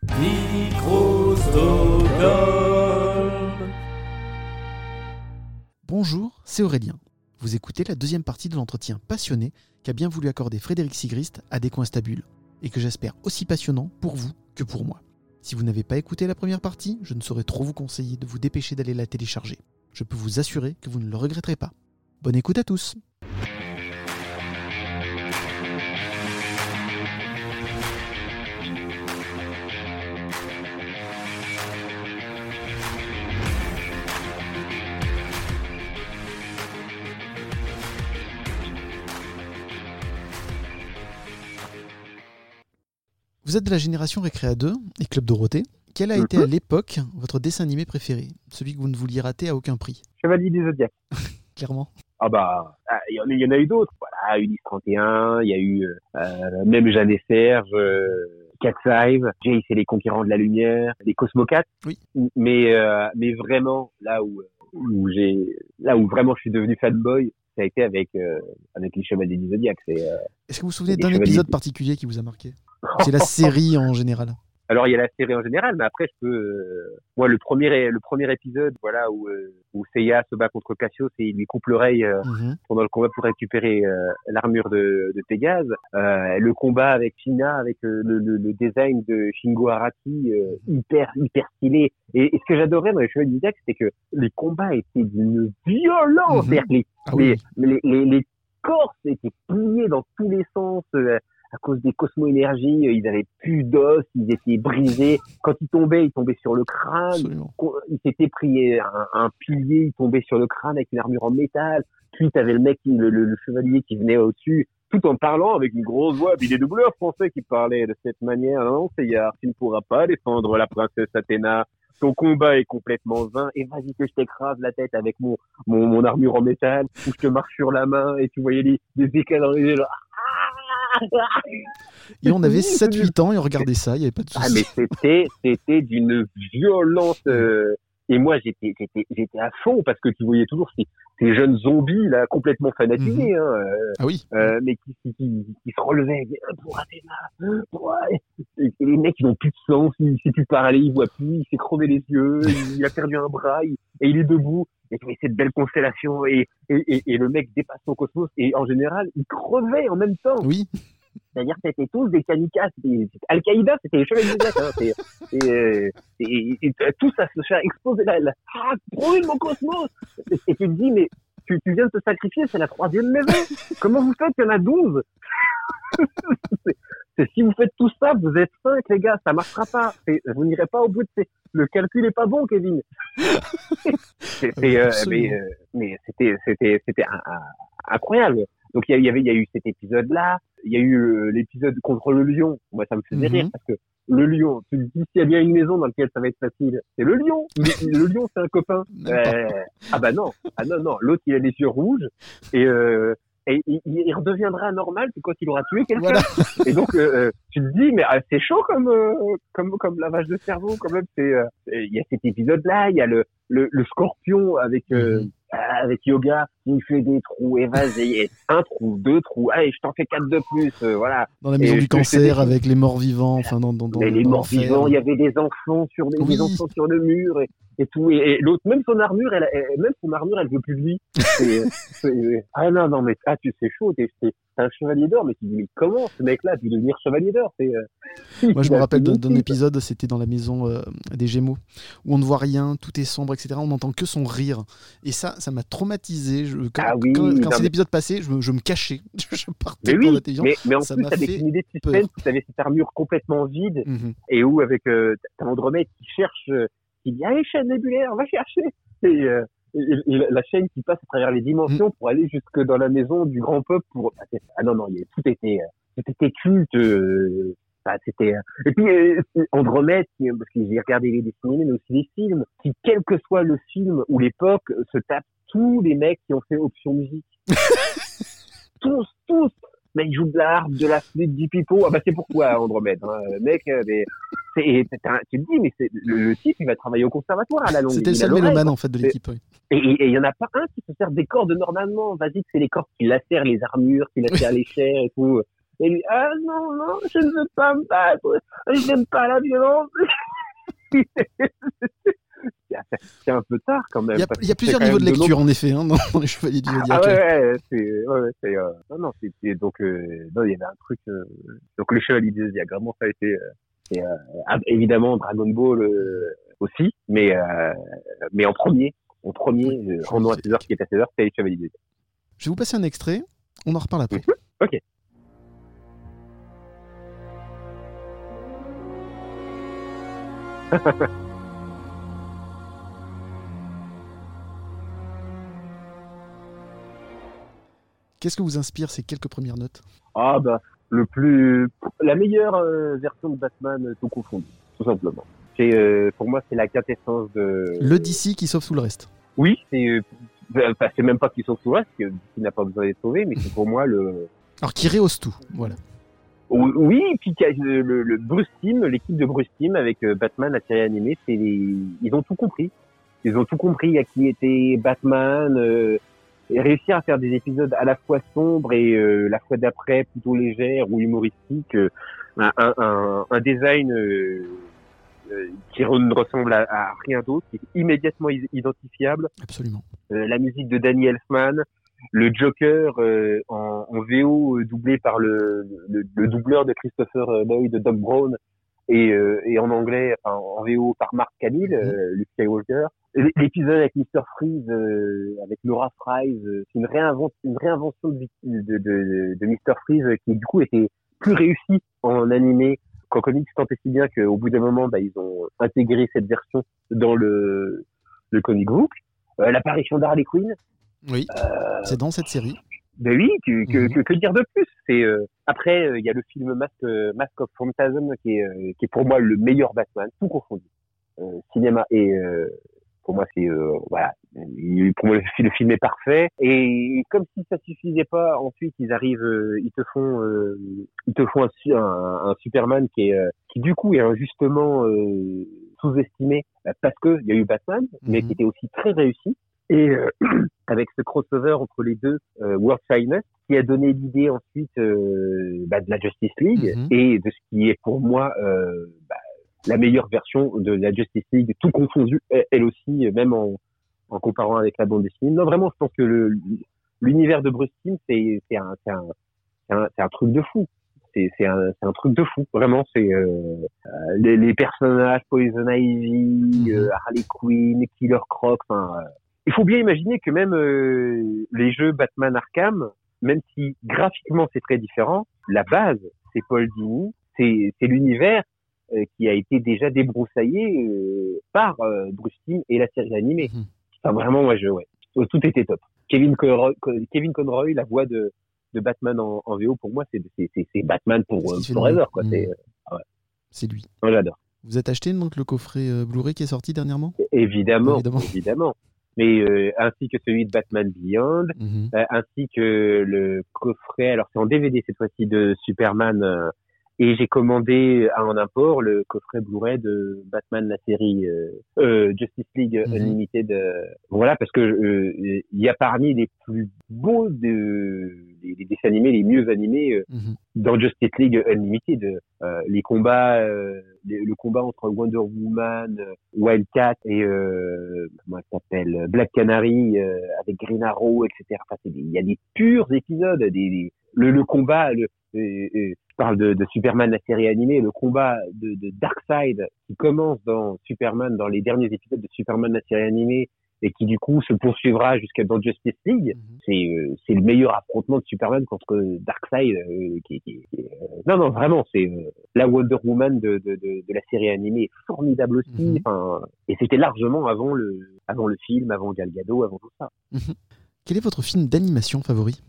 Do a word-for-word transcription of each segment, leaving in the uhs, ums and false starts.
Microsoft. Bonjour, c'est Aurélien. Vous écoutez la deuxième partie de l'entretien passionné qu'a bien voulu accorder Frédéric Sigrist à Descoinstabule, et que j'espère aussi passionnant pour vous que pour moi. Si vous n'avez pas écouté la première partie, je ne saurais trop vous conseiller de vous dépêcher d'aller la télécharger. Je peux vous assurer que vous ne le regretterez pas. Bonne écoute à tous. Vous êtes de la génération Récréa deux et Club Dorothée. Quel a mm-hmm. été à l'époque votre dessin animé préféré ? Celui que vous ne vouliez rater à aucun prix ? Chevalier du Zodiac. Clairement. Ah bah, il y, y en a eu d'autres. Voilà, Ulysse trente et un, il y a eu euh, même Jeanne et Serge, euh, Cat's Eye, Jace et les Conquérants de la Lumière, les Cosmocats. Oui. Mais euh, mais vraiment là où où j'ai là où vraiment je suis devenu fanboy, ça a été avec euh, avec les Chevaliers du Zodiac. C'est. Euh, Est-ce que vous vous souvenez d'un épisode particulier qui vous a marqué ? C'est la série en général. Alors il y a la série en général, mais après je peux. Euh, moi le premier le premier épisode, voilà où euh, où Seiya se bat contre Cassius et il lui coupe l'oreille euh, mm-hmm. pendant le combat pour récupérer euh, l'armure de, de Pégase. Euh, le combat avec China, avec euh, le, le, le design de Shingo Araki, euh, hyper hyper stylé. Et, et ce que j'adorais dans les Chevaliers du Zodiac, c'était que les combats étaient d'une violence. Mm-hmm. C'est-à-dire que les, ah oui. les, les les les corps étaient pliés dans tous les sens. Euh, à cause des cosmo-énergies, ils avaient plus d'os, ils étaient brisés. Quand ils tombaient, ils tombaient sur le crâne. Absolument. Ils s'étaient pris un, un pilier, ils tombaient sur le crâne avec une armure en métal. Puis t'avais le mec, le, le, le chevalier qui venait au-dessus, tout en parlant avec une grosse voix. Puis des doubleurs français qui parlaient de cette manière. Non, Seiya, tu ne pourras pas défendre la princesse Athéna. Ton combat est complètement vain. Et vas-y que je t'écrase la tête avec mon, mon, mon armure en métal, ou je te marche sur la main et tu voyais les, des éclats dans les yeux. Là. Et on avait sept huit ans et on regardait ça, il n'y avait pas de souci. Ah mais c'était, c'était d'une violence. Euh... Et moi j'étais, j'étais, j'étais à fond parce que tu voyais toujours ces, ces jeunes zombies là complètement fanatisés, mmh. hein, euh, ah oui. euh, mais qui, qui, qui, qui se relevaient pour Athéna. Pour... Et les mecs ils n'ont plus de sang. Si, si tu parlais, ils voient plus. Il s'est crevé les yeux. Il a perdu un bras il, et il est debout. Et cette belle constellation et, et, et, et le mec dépasse son cosmos et en général il crevait en même temps. Oui. C'est-à-dire que c'était tous des kamikazes, Al-Qaïda, c'était les Chevaliers du Zodiac, hein, c'est, et, et, et, et tous à se faire exploser la, la ah, brûle mon cosmos! Et, et tu te dis, mais tu, tu viens de te sacrifier, c'est la troisième maison! Comment vous faites? Il y en a douze! c'est, c'est, si vous faites tout ça, vous êtes cinq, les gars, ça marchera pas. C'est, vous n'irez pas au bout de ces, le calcul est pas bon, Kevin. c'est, c'est, euh, mais, euh, mais c'était, c'était, c'était un, un, incroyable. Donc il y avait, il y a eu cet épisode-là. Il y a eu euh, l'épisode contre le lion. Moi, ça me faisait mm-hmm. rire parce que le lion, tu te dis s'il y a bien une maison dans laquelle ça va être facile, c'est le lion. Le, le lion, c'est un copain. Euh, ah bah non, ah non non. L'autre, il a les yeux rouges et euh, et il, il redeviendra normal que quand il aura tué quelqu'un. Voilà. Et donc euh, tu te dis mais ah, c'est chaud comme euh, comme comme lavage de cerveau quand même. C'est euh, il y a cet épisode-là. Il y a le le, le scorpion avec euh, mm-hmm. avec Yoga, il fait des trous, et vas-y, un trou, deux trous, allez, je t'en fais quatre de plus, euh, voilà. Dans la maison et du cancer, avec les morts vivants, enfin, dans, dans, dans les, les morts vivants, il y avait des enfants sur les, oui. des enfants sur le mur, et, et tout, et, et l'autre, même son armure, elle, elle, même son armure, elle veut plus de lui. C'est, c'est, ah non, non, mais, ah, tu sais chaud, t'es, t'es, t'es un chevalier d'or, mais tu dis, mais comment, ce mec-là, a pu devenir chevalier d'or? C'est, euh, Moi, je me rappelle d'un, d'un épisode, c'était dans la maison euh, des Gémeaux, où on ne voit rien, tout est sombre, et cetera. On n'entend que son rire. Et ça, ça m'a traumatisé. Je, quand ah oui, quand, quand cet mais... épisode passait, je me, je me cachais. Je partais mais oui, pour la télévision. Mais, mais en ça plus, m'a avec fait une idée de suspense, tu avais cette armure complètement vide, mm-hmm. et où, avec euh, t'as Andromède qui cherche, euh, qui dit, allez, chaîne nébulaire, va chercher. Et, euh, et, et la chaîne qui passe à travers les dimensions mm. pour aller jusque dans la maison du grand peuple pour. Ah non, non, tout était, tout était culte. Euh, Enfin, c'était et puis euh, Andromède, parce que j'ai regardé les dessins animés mais aussi les films, qui quel que soit le film ou l'époque se tape tous les mecs qui ont fait option musique. tous, tous. Mais ils jouent de l'harpe, de la flûte, du pipeau. Ah bah c'est pourquoi Andromède, hein. Mec, mais c'est, c'est un, tu te dis mais c'est le, le type il va travailler au conservatoire à la longue. C'était le seul mélomane en fait de l'équipe. Oui. Et il y en a pas un qui se sert des cordes normalement. Vas-y, c'est les cordes qui lacèrent les armures, qui lacèrent les chairs et tout. Et lui, ah non, non, je ne veux pas me battre, je n'aime pas la violence. C'est un peu tard quand même. Il y a, il y a plusieurs niveaux de lecture, en effet, hein, dans, dans les Chevaliers du Zodiaque. Ah ouais, ouais, c'est, ouais, ouais, c'est, euh, non, non, c'est, donc, euh, non, il y avait un truc, euh, donc les Chevaliers du Zodiaque, vraiment, ça a été, euh, et, euh, évidemment, Dragon Ball, euh, aussi, mais, euh, mais en premier, en premier, euh, rendons à seize heures, qui est à seize heures, c'est les Chevaliers du Zodiaque. Je vais vous passer un extrait, on en reparle après. Mm-hmm. Ok. Qu'est-ce que vous inspire ces quelques premières notes? Ah bah le plus, la meilleure euh, version de Batman euh, tout confondu, tout simplement. C'est euh, pour moi c'est la quintessence de. Le D C qui sauve tout le reste. Oui, c'est, euh, enfin, c'est même pas qu'il sauve tout le reste, parce que D C n'a pas besoin d'être sauvé, mais c'est pour moi le. Alors qui rehausse tout, voilà. Oui, et puis le, le, le Bruce Timm, l'équipe de Bruce Timm avec euh, Batman, la série animée, c'est les... ils ont tout compris. Ils ont tout compris à qui était Batman. Euh, et réussir à faire des épisodes à la fois sombres et euh, la fois d'après plutôt légères ou humoristiques, euh, un, un, un design euh, euh, qui ne ressemble à, à rien d'autre, qui est immédiatement identifiable. Absolument. Euh, la musique de Danny Elfman, le Joker euh, en, en V O euh, doublé par le, le, le doubleur de Christopher Lloyd, Doc Brown, et, euh, et en anglais, enfin, en V O par Mark Hamill, euh, Luke Skywalker. L'épisode avec mister Freeze, euh, avec Laura Fries, euh, c'est une, réinvent- une réinvention de, de, de, de mister Freeze euh, qui du coup était plus réussi en animé qu'en comics, tant et si bien qu'au bout d'un moment, bah, ils ont intégré cette version dans le, le comic book. Euh, l'apparition d'Harley Quinn. Oui, euh, c'est dans cette série. Ben oui, que, que, mm-hmm. que, que dire de plus? C'est euh, après il euh, y a le film Mask, euh, Mask of Phantasm qui est euh, qui est pour moi le meilleur Batman, tout confondu, euh, cinéma et euh, pour moi c'est euh, voilà, pour moi le film est parfait et comme si ça suffisait pas, ensuite ils arrivent, euh, ils te font euh, ils te font un, un, un Superman qui est euh, qui du coup est injustement euh, sous-estimé parce que il y a eu Batman, mm-hmm. mais qui était aussi très réussi. Et euh, avec ce crossover entre les deux, euh, World Finest, qui a donné l'idée ensuite euh, bah, de la Justice League mm-hmm. et de ce qui est pour moi euh, bah, la meilleure version de la Justice League, tout confondu, elle aussi, même en, en comparant avec la bande dessinée. Non, vraiment, je pense que le, l'univers de Bruce Timm, c'est, c'est, un, c'est, un, c'est, un, c'est un truc de fou. C'est, c'est, un, c'est un truc de fou, vraiment. C'est euh, les, les personnages, Poison Ivy, mm-hmm. euh, Harley Quinn, Killer Croc, enfin... Euh, il faut bien imaginer que même euh, les jeux Batman Arkham, même si graphiquement c'est très différent, la base, c'est Paul Dini, c'est, c'est l'univers euh, qui a été déjà débroussaillé euh, par euh, Bruce Timm et la série animée. Mmh. Enfin, vraiment, moi, je, ouais, tout était top. Kevin Conroy, Kevin Conroy, la voix de, de Batman en, en V O, pour moi, c'est, c'est, c'est, c'est Batman pour euh, forever, quoi. Mmh. C'est, euh, ouais. C'est lui. Moi, j'adore. Vous êtes acheté donc le coffret euh, Blu-ray qui est sorti dernièrement? Évidemment, évidemment. évidemment. Mais euh, ainsi que celui de Batman Beyond, mmh. euh, ainsi que le coffret, alors c'est en D V D cette fois-ci, de Superman, euh, et j'ai commandé en import le coffret Blu-ray de Batman, la série euh, euh, Justice League mmh. Unlimited. Euh, voilà, parce que euh, il y a parmi les plus beaux de, des, des dessins animés, les mieux animés euh, mmh. dans Justice League Unlimited. Euh, les combats, euh, les, le combat entre Wonder Woman, euh, Wildcat et euh, comment elle s'appelle, Black Canary euh, avec Green Arrow, et cetera. Enfin, c'est des, il y a des purs épisodes, des, des le, le combat, le, euh, euh, je parle de, de Superman la série animée, le combat de, de Darkseid qui commence dans Superman, dans les derniers épisodes de Superman la série animée, et qui du coup se poursuivra jusqu'à dans Justice League. Mm-hmm. C'est euh, c'est le meilleur affrontement de Superman contre Darkseid. Euh, qui, qui, qui, euh, non non vraiment c'est euh, la Wonder Woman de, de, de, de la série animée est formidable aussi. Mm-hmm. Enfin, et c'était largement avant le avant le film, avant Gal Gadot, avant tout ça. Mm-hmm. Quel est votre film d'animation favori?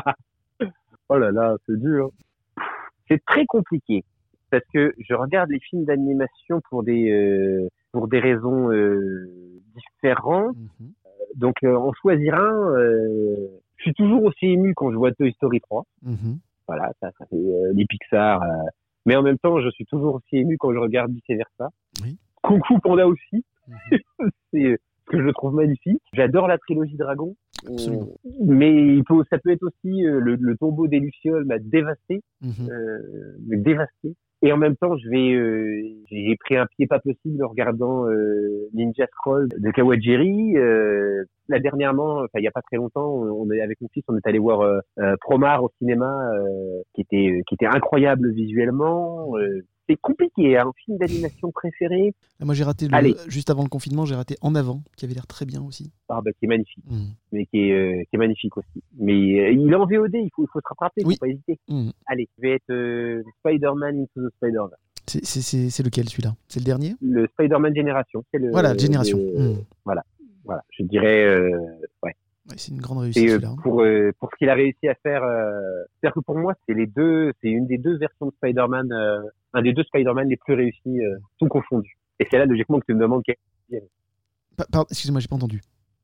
Oh là là, c'est dur. C'est très compliqué parce que je regarde les films d'animation pour des euh, pour des raisons euh, différentes. Mmh. Donc euh, en choisir un, euh, je suis toujours aussi ému quand je vois Toy Story trois. Mmh. Voilà, ça, ça fait euh, les Pixar. Euh, mais en même temps, je suis toujours aussi ému quand je regarde vice versa. Oui. Kung Fu Panda aussi. Mmh. C'est ce que je trouve magnifique. J'adore la trilogie Dragon. Absolument. Mais il peut, ça peut être aussi euh, le, le tombeau des Lucioles m'a dévasté, Mhm. euh, m'a dévasté. Et en même temps, je vais, euh, j'ai pris un pied pas possible en regardant euh, Ninja Scroll de Kawajiri. Euh, là dernièrement, enfin il y a pas très longtemps, on est avec mon fils, on est allé voir euh, euh, Promare au cinéma, euh, qui était qui était incroyable visuellement. Euh, c'est compliqué, hein, un film d'animation préféré. Ah, moi j'ai raté le, Allez. juste avant le confinement, j'ai raté En Avant, qui avait l'air très bien aussi. Ah bah qui est magnifique, Mhm. mais qui est euh, qui est magnifique aussi. Mais euh, il est en V O D, il faut il faut se rattraper, Oui. faut pas hésiter. Mhm. Allez, je vais être euh, Spider-Man Into the Spider-Verse. C'est, c'est, c'est, c'est lequel celui-là? C'est le dernier? Le Spider-Man Génération, c'est le Voilà, Génération. le- Mhm. voilà, voilà, je dirais euh, ouais. Ouais, c'est une grande réussite Et euh, celui-là. pour euh, pour ce qu'il a réussi à faire, euh, c'est-à-dire que pour moi, c'est les deux, c'est une des deux versions de Spider-Man, euh, un des deux Spider-Man les plus réussis, euh, tout confondu. Et c'est là logiquement que tu me demandes quel. Pa- pardon, excusez-moi, j'ai pas entendu.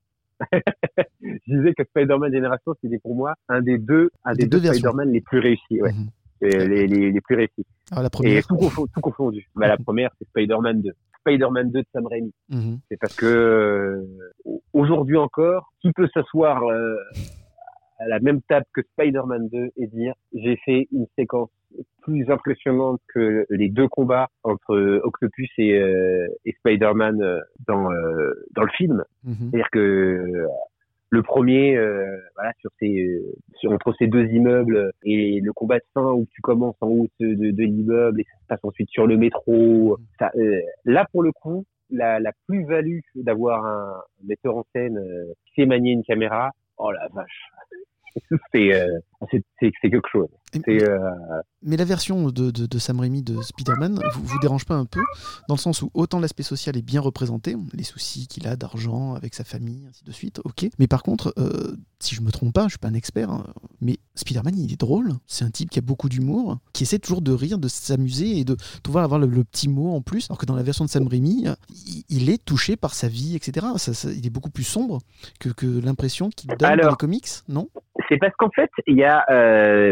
Je disais que Spider-Man Génération, c'était pour moi un des deux, un des, Des deux, deux versions. Spider-Man les plus réussis, ouais, Mhm. Euh, les, les les plus réussis. Alors la Et première. tout, confo- tout confondu. Bah, la première, c'est Spider-Man deux. Spider-Man deux de Sam Raimi. Mhm. C'est parce que euh, aujourd'hui encore, qui peut s'asseoir euh, à la même table que Spider-Man deux et dire j'ai fait une séquence plus impressionnante que les deux combats entre Octopus et, euh, et Spider-Man euh, dans euh, dans le film. Mhm. C'est-à-dire que euh, le premier, euh, voilà, sur ces, sur, entre ces deux immeubles et le combat de fin où tu commences en haut de, de, de l'immeuble et ça se passe ensuite sur le métro. Ça, euh, là, pour le coup, la, la plus-value d'avoir un metteur en scène euh, qui sait manier une caméra, oh la vache, c'est, euh, c'est, c'est, c'est quelque chose. Et- C'est, euh, Mais la version de, de, de Sam Raimi de Spider-Man vous, vous dérange pas un peu, dans le sens où autant l'aspect social est bien représenté, les soucis qu'il a d'argent avec sa famille, ainsi de suite, ok. Mais par contre, euh, si je me trompe pas, je suis pas un expert, hein, mais Spider-Man il est drôle, c'est un type qui a beaucoup d'humour, qui essaie toujours de rire, de s'amuser et de pouvoir avoir le, le petit mot en plus, alors que dans la version de Sam Raimi, il, il est touché par sa vie, et cetera. Ça, ça, il est beaucoup plus sombre que, que l'impression qu'il donne Alors, dans les comics, non? c'est parce qu'en fait, il y a, euh,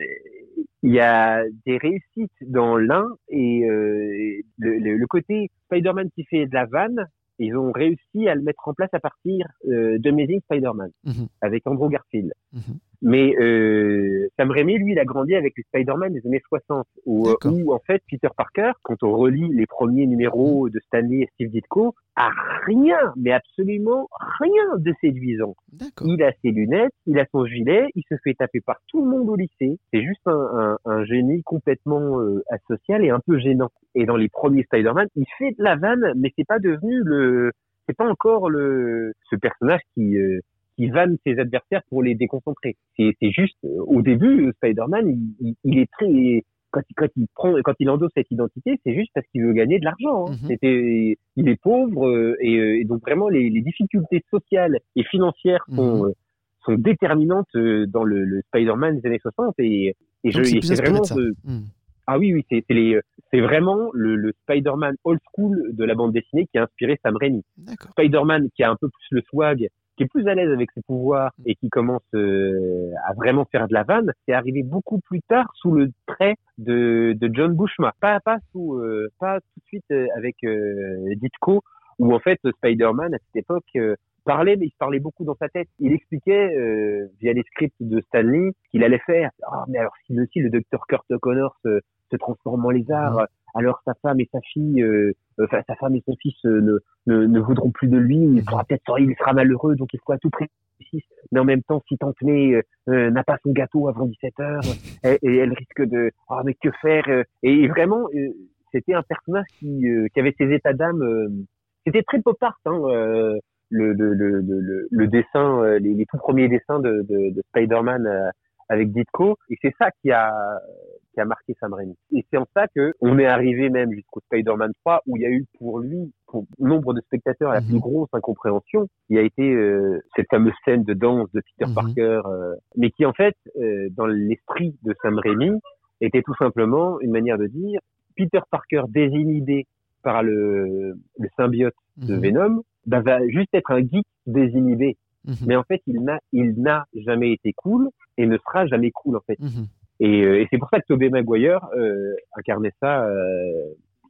il y a des réussites dans l'un et euh, le, le, le côté Spider-Man qui fait de la vanne, ils ont réussi à le mettre en place à partir euh, d'Amazing Spider-Man Mhm. avec Andrew Garfield. Mhm. Mais euh, Sam Raimi, lui, il a grandi avec les Spider-Man des années soixante, où, D'accord. où en fait Peter Parker, quand on relit les premiers numéros de Stan Lee et Steve Ditko, a rien, mais absolument rien de séduisant. D'accord. Il a ses lunettes, il a son gilet, il se fait taper par tout le monde au lycée. C'est juste un, un, un génie complètement euh, asocial et un peu gênant. Et dans les premiers Spider-Man, il fait de la vanne, mais c'est pas devenu le, c'est pas encore le ce personnage qui euh, qui vanne ses adversaires pour les déconcentrer. C'est, c'est juste, euh, au début, Spider-Man, il, il, il est très, quand, quand il prend, quand il endosse cette identité, c'est juste parce qu'il veut gagner de l'argent. Hein. Mhm. C'était, il est pauvre euh, et, euh, et donc vraiment les, les difficultés sociales et financières sont, Mhm. euh, sont déterminantes euh, dans le, le Spider-Man des années soixante et, et je, Donc c'est et plus c'est inspiré vraiment de ça. de- Mhm. ah oui, oui, c'est, c'est les, c'est vraiment le, le Spider-Man old school de la bande dessinée qui a inspiré Sam Raimi. D'accord. Spider-Man qui a un peu plus le swag, qui est plus à l'aise avec ses pouvoirs et qui commence euh, à vraiment faire de la vanne, c'est arrivé beaucoup plus tard sous le trait de, de John Buscema. Pas pas sous euh, pas tout de suite euh, avec euh, Ditko, où en fait Spider-Man à cette époque euh, parlait, mais il se parlait beaucoup dans sa tête. Il expliquait euh, via les scripts de Stan Lee ce qu'il allait faire. Ah mais alors si le, si le docteur Kurt O'Connor se, se transforme en lézard, Mhm. alors sa femme et sa fille, euh, enfin sa femme et son fils euh, ne, ne ne voudront plus de lui. Il sera peut-être, il sera malheureux, donc il faut à tout prix. Mais en même temps, si Tante May euh, n'a pas son gâteau avant dix-sept heures, et, et elle risque de, ah mais que faire euh, Et vraiment, euh, c'était un personnage qui euh, qui avait ses états d'âme. Euh, c'était très pop art, hein, euh, le, le le le le le dessin, euh, les, les tout premiers dessins de de, de Spider-Man euh, avec Ditko. Et c'est ça qui a qui a marqué Sam Raimi. Et c'est en ça que on est arrivé même jusqu'au Spider-Man trois, où il y a eu pour lui, pour nombre de spectateurs, la Mhm. plus grosse incompréhension. Il y a été euh, cette fameuse scène de danse de Peter Mhm. Parker, euh, mais qui en fait, euh, dans l'esprit de Sam Raimi, était tout simplement une manière de dire Peter Parker désinhibé par le, le symbiote de Mhm. Venom, bah, va juste être un geek désinhibé. Mhm. Mais en fait, il n'a, il n'a jamais été cool et ne sera jamais cool en fait. Mhm. Et, euh, et c'est pour ça que Tobey Maguire euh, incarnait ça euh,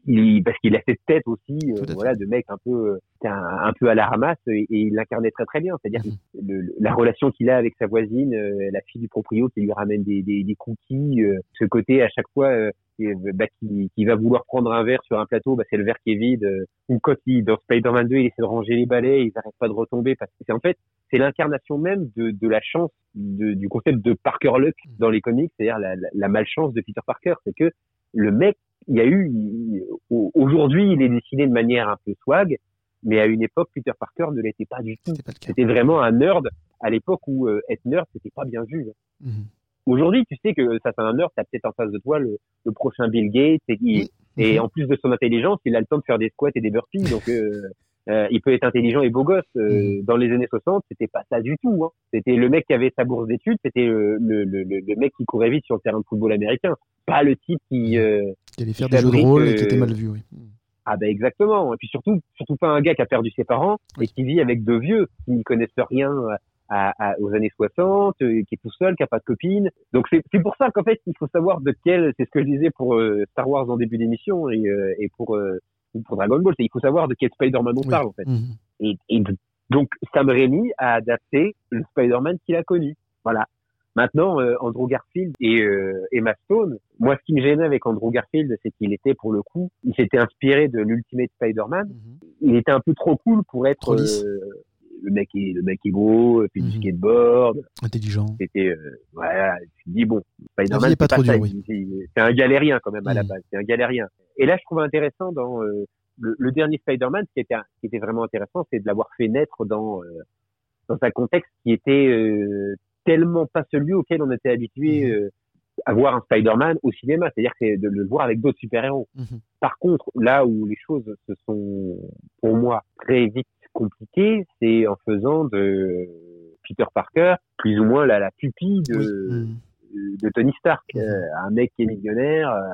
il, parce qu'il a cette tête aussi, euh, Tout à fait. voilà, de mec un peu, euh, un, un peu à la ramasse, et, et il l'incarnait très très bien. C'est-à-dire Mhm. le, le- la relation qu'il a avec sa voisine, euh, la fille du proprio qui lui ramène des, des, des cookies, euh, ce côté à chaque fois, euh, et, bah, qui, qui va vouloir prendre un verre sur un plateau, bah, c'est le verre qui est vide. Euh, ou quand il, dans Spider-Man deux, il essaie de ranger les balais, ils n'arrêtent pas de retomber, parce que c'est en fait, c'est l'incarnation même de, de la chance, de, du concept de Parker Luck dans les comics, c'est-à-dire la, la, la malchance de Peter Parker. C'est que le mec, il y a eu, il, aujourd'hui, il est dessiné de manière un peu swag, mais à une époque, Peter Parker ne l'était pas du tout. C'était pas le cas. C'était vraiment un nerd à l'époque où euh, être nerd, c'était pas bien vu. Mhm. Aujourd'hui, tu sais que ça, c'est un nerd, t'as peut-être en face de toi le, le prochain Bill Gates, et, il, Mhm. et en plus de son intelligence, il a le temps de faire des squats et des burpees, donc euh, euh, il peut être intelligent et beau gosse. Euh, Mhm. Dans les années soixante, c'était pas ça du tout. Hein. C'était le mec qui avait sa bourse d'études, c'était le, le, le, le mec qui courait vite sur le terrain de football américain, pas le type qui euh, Qui allait qui faire des jeux de fabrique, rôle et qui était euh, mal vu, oui. Mhm. ah ben exactement. Et puis surtout, surtout pas un gars qui a perdu ses parents Oui. et qui vit avec deux vieux qui n'y connaissent rien à, à, aux années soixante, euh, qui est tout seul, qui a pas de copine. Donc c'est, c'est pour ça qu'en fait, il faut savoir de quel, c'est ce que je disais pour euh, Star Wars en début d'émission et, euh, et pour, euh, pour Dragon Ball, c'est il faut savoir de quel Spider-Man on Oui. parle en fait. Mhm. Et, et donc Sam Raimi a adapté le Spider-Man qu'il a connu. Voilà. Maintenant, euh, Andrew Garfield et euh, Emma Stone, moi, ce qui me gênait avec Andrew Garfield, c'est qu'il était, pour le coup, il s'était inspiré de l'Ultimate Spider-Man. Mhm. Il était un peu trop cool pour être Trop lisse. euh, le mec est le mec est gros, puis du Mhm. skateboard. Intelligent. C'était euh, voilà, tu te dis bon, La vie Spider-Man est pas c'est pas trop ça, dure, oui. il- il- c'est un galérien quand même à la Mhm. base, c'est un galérien. Et là, je trouve intéressant dans euh, le, le dernier Spider-Man, ce qui était ce qui était vraiment intéressant, c'est de l'avoir fait naître dans euh, dans un contexte qui était euh, tellement pas celui auquel on était habitué Mhm. euh, à voir un Spider-Man au cinéma, c'est-à-dire que c'est de le voir avec d'autres super-héros. Mhm. Par contre, là où les choses se sont, pour moi, très vite compliquées, c'est en faisant de Peter Parker plus ou moins la, la pupille de, Oui. Mhm. de Tony Stark, Mhm. euh, un mec qui est millionnaire euh,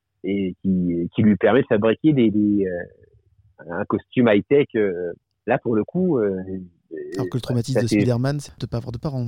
et qui, qui lui permet de fabriquer des, des euh, un costume high-tech. Euh, là, pour le coup, euh, Alors que le ça traumatisme de c'est Spider-Man, c'est de pas avoir de parents.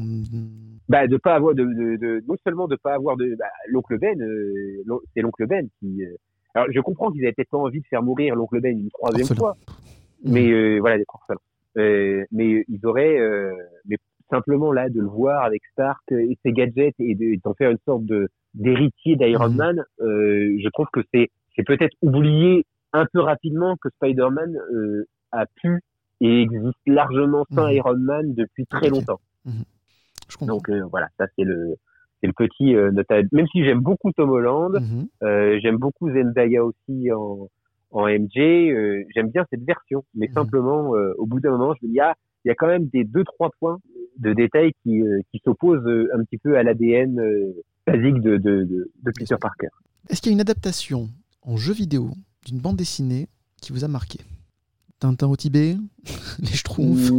bah de pas avoir de, de, de non seulement de pas avoir de bah, l'oncle Ben, euh, l'on- c'est l'oncle Ben qui euh, alors je comprends qu'ils avaient peut-être pas envie de faire mourir l'oncle Ben une troisième Orphelin. fois, Mhm. mais euh, voilà d'être orphelin. Euh, mais ils auraient euh, mais simplement là de le voir avec Stark et ses gadgets et de- et d'en faire une sorte de d'héritier d'Iron Mhm. Man, euh, je trouve que c'est c'est peut-être oublié un peu rapidement que Spider-Man euh, a pu et existe largement sans Mhm. Iron Man depuis très Ok. longtemps. Mhm. Je comprends. Donc euh, voilà, ça c'est le c'est le petit euh, notable. Même si j'aime beaucoup Tom Holland, Mhm. euh, j'aime beaucoup Zendaya aussi en en M J, euh, j'aime bien cette version. Mais Mhm. simplement, euh, au bout d'un moment, je me dis ah, il y a quand même des deux trois points de détails qui euh, qui s'opposent euh, un petit peu à l'A D N euh, basique de de de, de Peter Parker. Est-ce qu'il y a une adaptation en jeu vidéo d'une bande dessinée qui vous a marqué? Tintin au Tibet, les Schtroumpfs.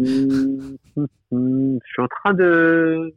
Mmh, mmh, mmh, je suis en train de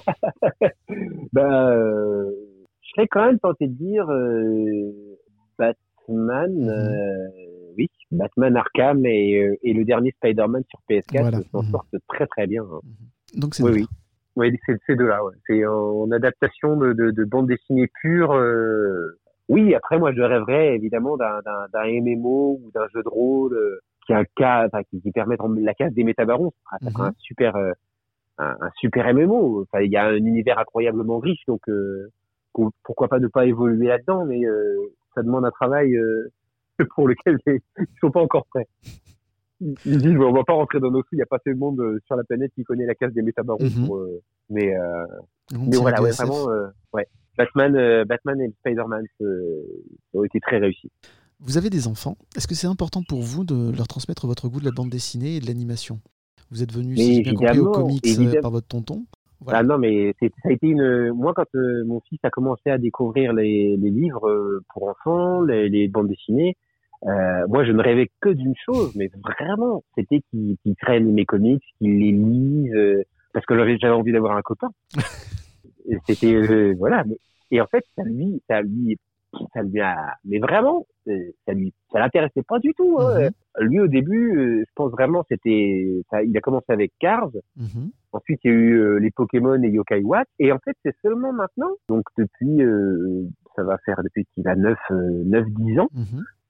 bah euh, je serais quand même tenté de dire euh, Batman, Mhm. euh, oui, Batman Arkham et, euh, et le dernier Spider-Man sur P S quatre Voilà. s'en Mhm. sortent très très bien. Hein. Mhm. Donc c'est Oui, de oui. là. Oui, c'est ces deux-là. Ouais. C'est en adaptation de, de, de bande dessinée pure. Euh... Oui, après moi je rêverais évidemment d'un, d'un, d'un M M O ou d'un jeu de rôle euh, qui a un cas, enfin, qui, qui permet de la case des métabarons. Ah, ça sera Mhm. un super, euh, un, un super M M O. Enfin, il y a un univers incroyablement riche, donc euh, pour- pourquoi pas ne pas évoluer là-dedans, mais euh, ça demande un travail euh, pour lequel ils sont pas encore prêts. Ils ils disent on va pas rentrer dans nos sous, il y a pas assez de monde euh, sur la planète qui connaît la case des métabarons Mhm. pour. Euh, mais euh, Une mais série voilà, de ouais, S F. vraiment, euh, ouais. Batman, euh, Batman et Spider-Man euh, ont été très réussis. Vous avez des enfants. Est-ce que c'est important pour vous de leur transmettre votre goût de la bande dessinée et de l'animation? Vous êtes venu, si Mais j'ai bien compris, aux évidemment, comics euh, évidemment. par votre tonton. Voilà. Ah non, mais c'est, ça a été une. Moi, quand euh, mon fils a commencé à découvrir les, les livres euh, pour enfants, les, les bandes dessinées, euh, moi, je ne rêvais que d'une chose, mais vraiment, c'était qu'ils, qu'ils prennent mes comics, qu'ils les lisent, euh, parce que j'avais, j'avais envie d'avoir un copain. Et c'était euh, voilà. Mais, et en fait, ça lui, ça lui, ça lui a. Mais vraiment, euh, ça lui, ça l'intéressait pas du tout. Hein. Mhm. Lui, au début, euh, je pense vraiment, c'était. Ça, il a commencé avec Cars. Mhm. Ensuite, il y a eu euh, les Pokémon et Yokai Watch. Et en fait, c'est seulement maintenant, donc depuis, euh, ça va faire depuis qu'il a neuf, dix ans, Mhm.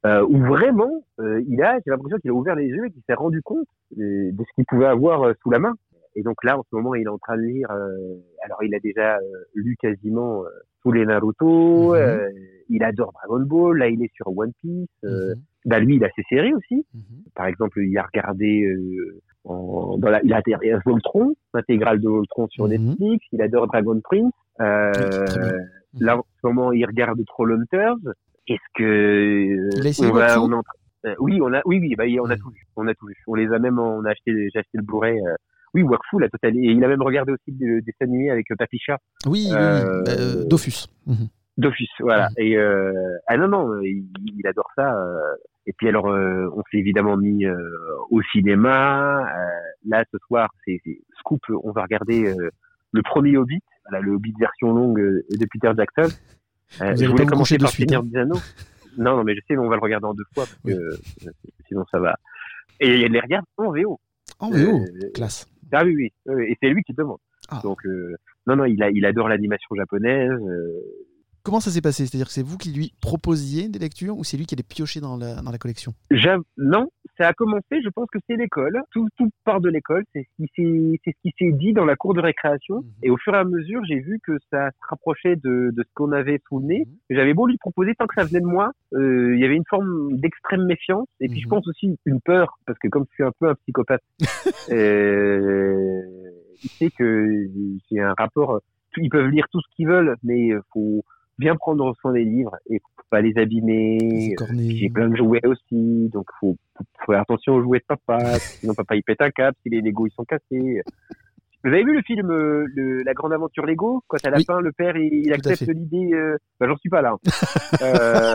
euh, où vraiment, euh, il a, j'ai l'impression qu'il a ouvert les yeux et qu'il s'est rendu compte de, de ce qu'il pouvait avoir euh, sous la main. Et donc là, en ce moment, il est en train de lire. Euh, alors, il a déjà euh, lu quasiment euh, tous les Naruto. Mm-hmm. Euh, il adore Dragon Ball. Là, il est sur One Piece. Euh, mm-hmm. Bah lui, il a ses séries aussi. Mm-hmm. Par exemple, il a regardé euh, en, dans la, il a regardé Voltron, l'intégrale de Voltron sur mm-hmm. Netflix. Il adore Dragon Prince. Euh, mm-hmm. Là, en ce moment, il regarde Trollhunters. Est-ce que il a essayé on va, on en, euh, oui, on a, oui, oui, bah, on a mm-hmm. tout vu. On a tout vu. On les a même, on a acheté, j'ai acheté le Blu-ray. Euh, Oui, Wakfu, la totale. Et il a même regardé aussi des dessins animés avec Papicha. Oui, euh, oui, euh, Dofus. Mmh. Dofus, voilà. Mmh. Et euh, ah non, non, il, il adore ça. Euh, et puis alors, euh, on s'est évidemment mis euh, au cinéma. Euh, là, ce soir, c'est, c'est Scoop. On va regarder euh, le premier Hobbit, voilà, le Hobbit version longue de Peter Jackson. Euh, je voulais commencer par Seigneur hein. des Anneaux. Non, non, mais je sais, mais on va le regarder en deux fois parce oui. que euh, sinon ça va. Et il les regarde en V O. En V O, euh, classe. Ah oui, oui, oui, et c'est lui qui demande. Ah. Donc, euh, non, non, il, a, il adore l'animation japonaise. Euh... Comment ça s'est passé ? C'est-à-dire que c'est vous qui lui proposiez des lectures ou c'est lui qui allait piocher dans la, dans la collection ? J'av... Non, ça a commencé, je pense que c'est l'école. Tout, tout part de l'école, c'est ce, qui s'est, c'est ce qui s'est dit dans la cour de récréation. Mmh. Et au fur et à mesure, j'ai vu que ça se rapprochait de, de ce qu'on avait sous le nez. Mmh. J'avais beau lui proposer, tant que ça venait de moi, euh, il y avait une forme d'extrême méfiance. Et puis mmh. je pense aussi une peur, parce que comme je suis un peu un psychopathe, euh, il sait que j'ai un rapport... Ils peuvent lire tout ce qu'ils veulent, mais il faut bien prendre soin des livres et faut pas les abîmer. J'ai plein de jouets aussi, donc faut, faut faire attention aux jouets de papa, sinon papa il pète un câble si les Lego ils sont cassés. Vous avez vu le film euh, le, La Grande Aventure Lego, quand à la oui. fin le père il, il accepte l'idée euh... bah, j'en suis pas là. euh...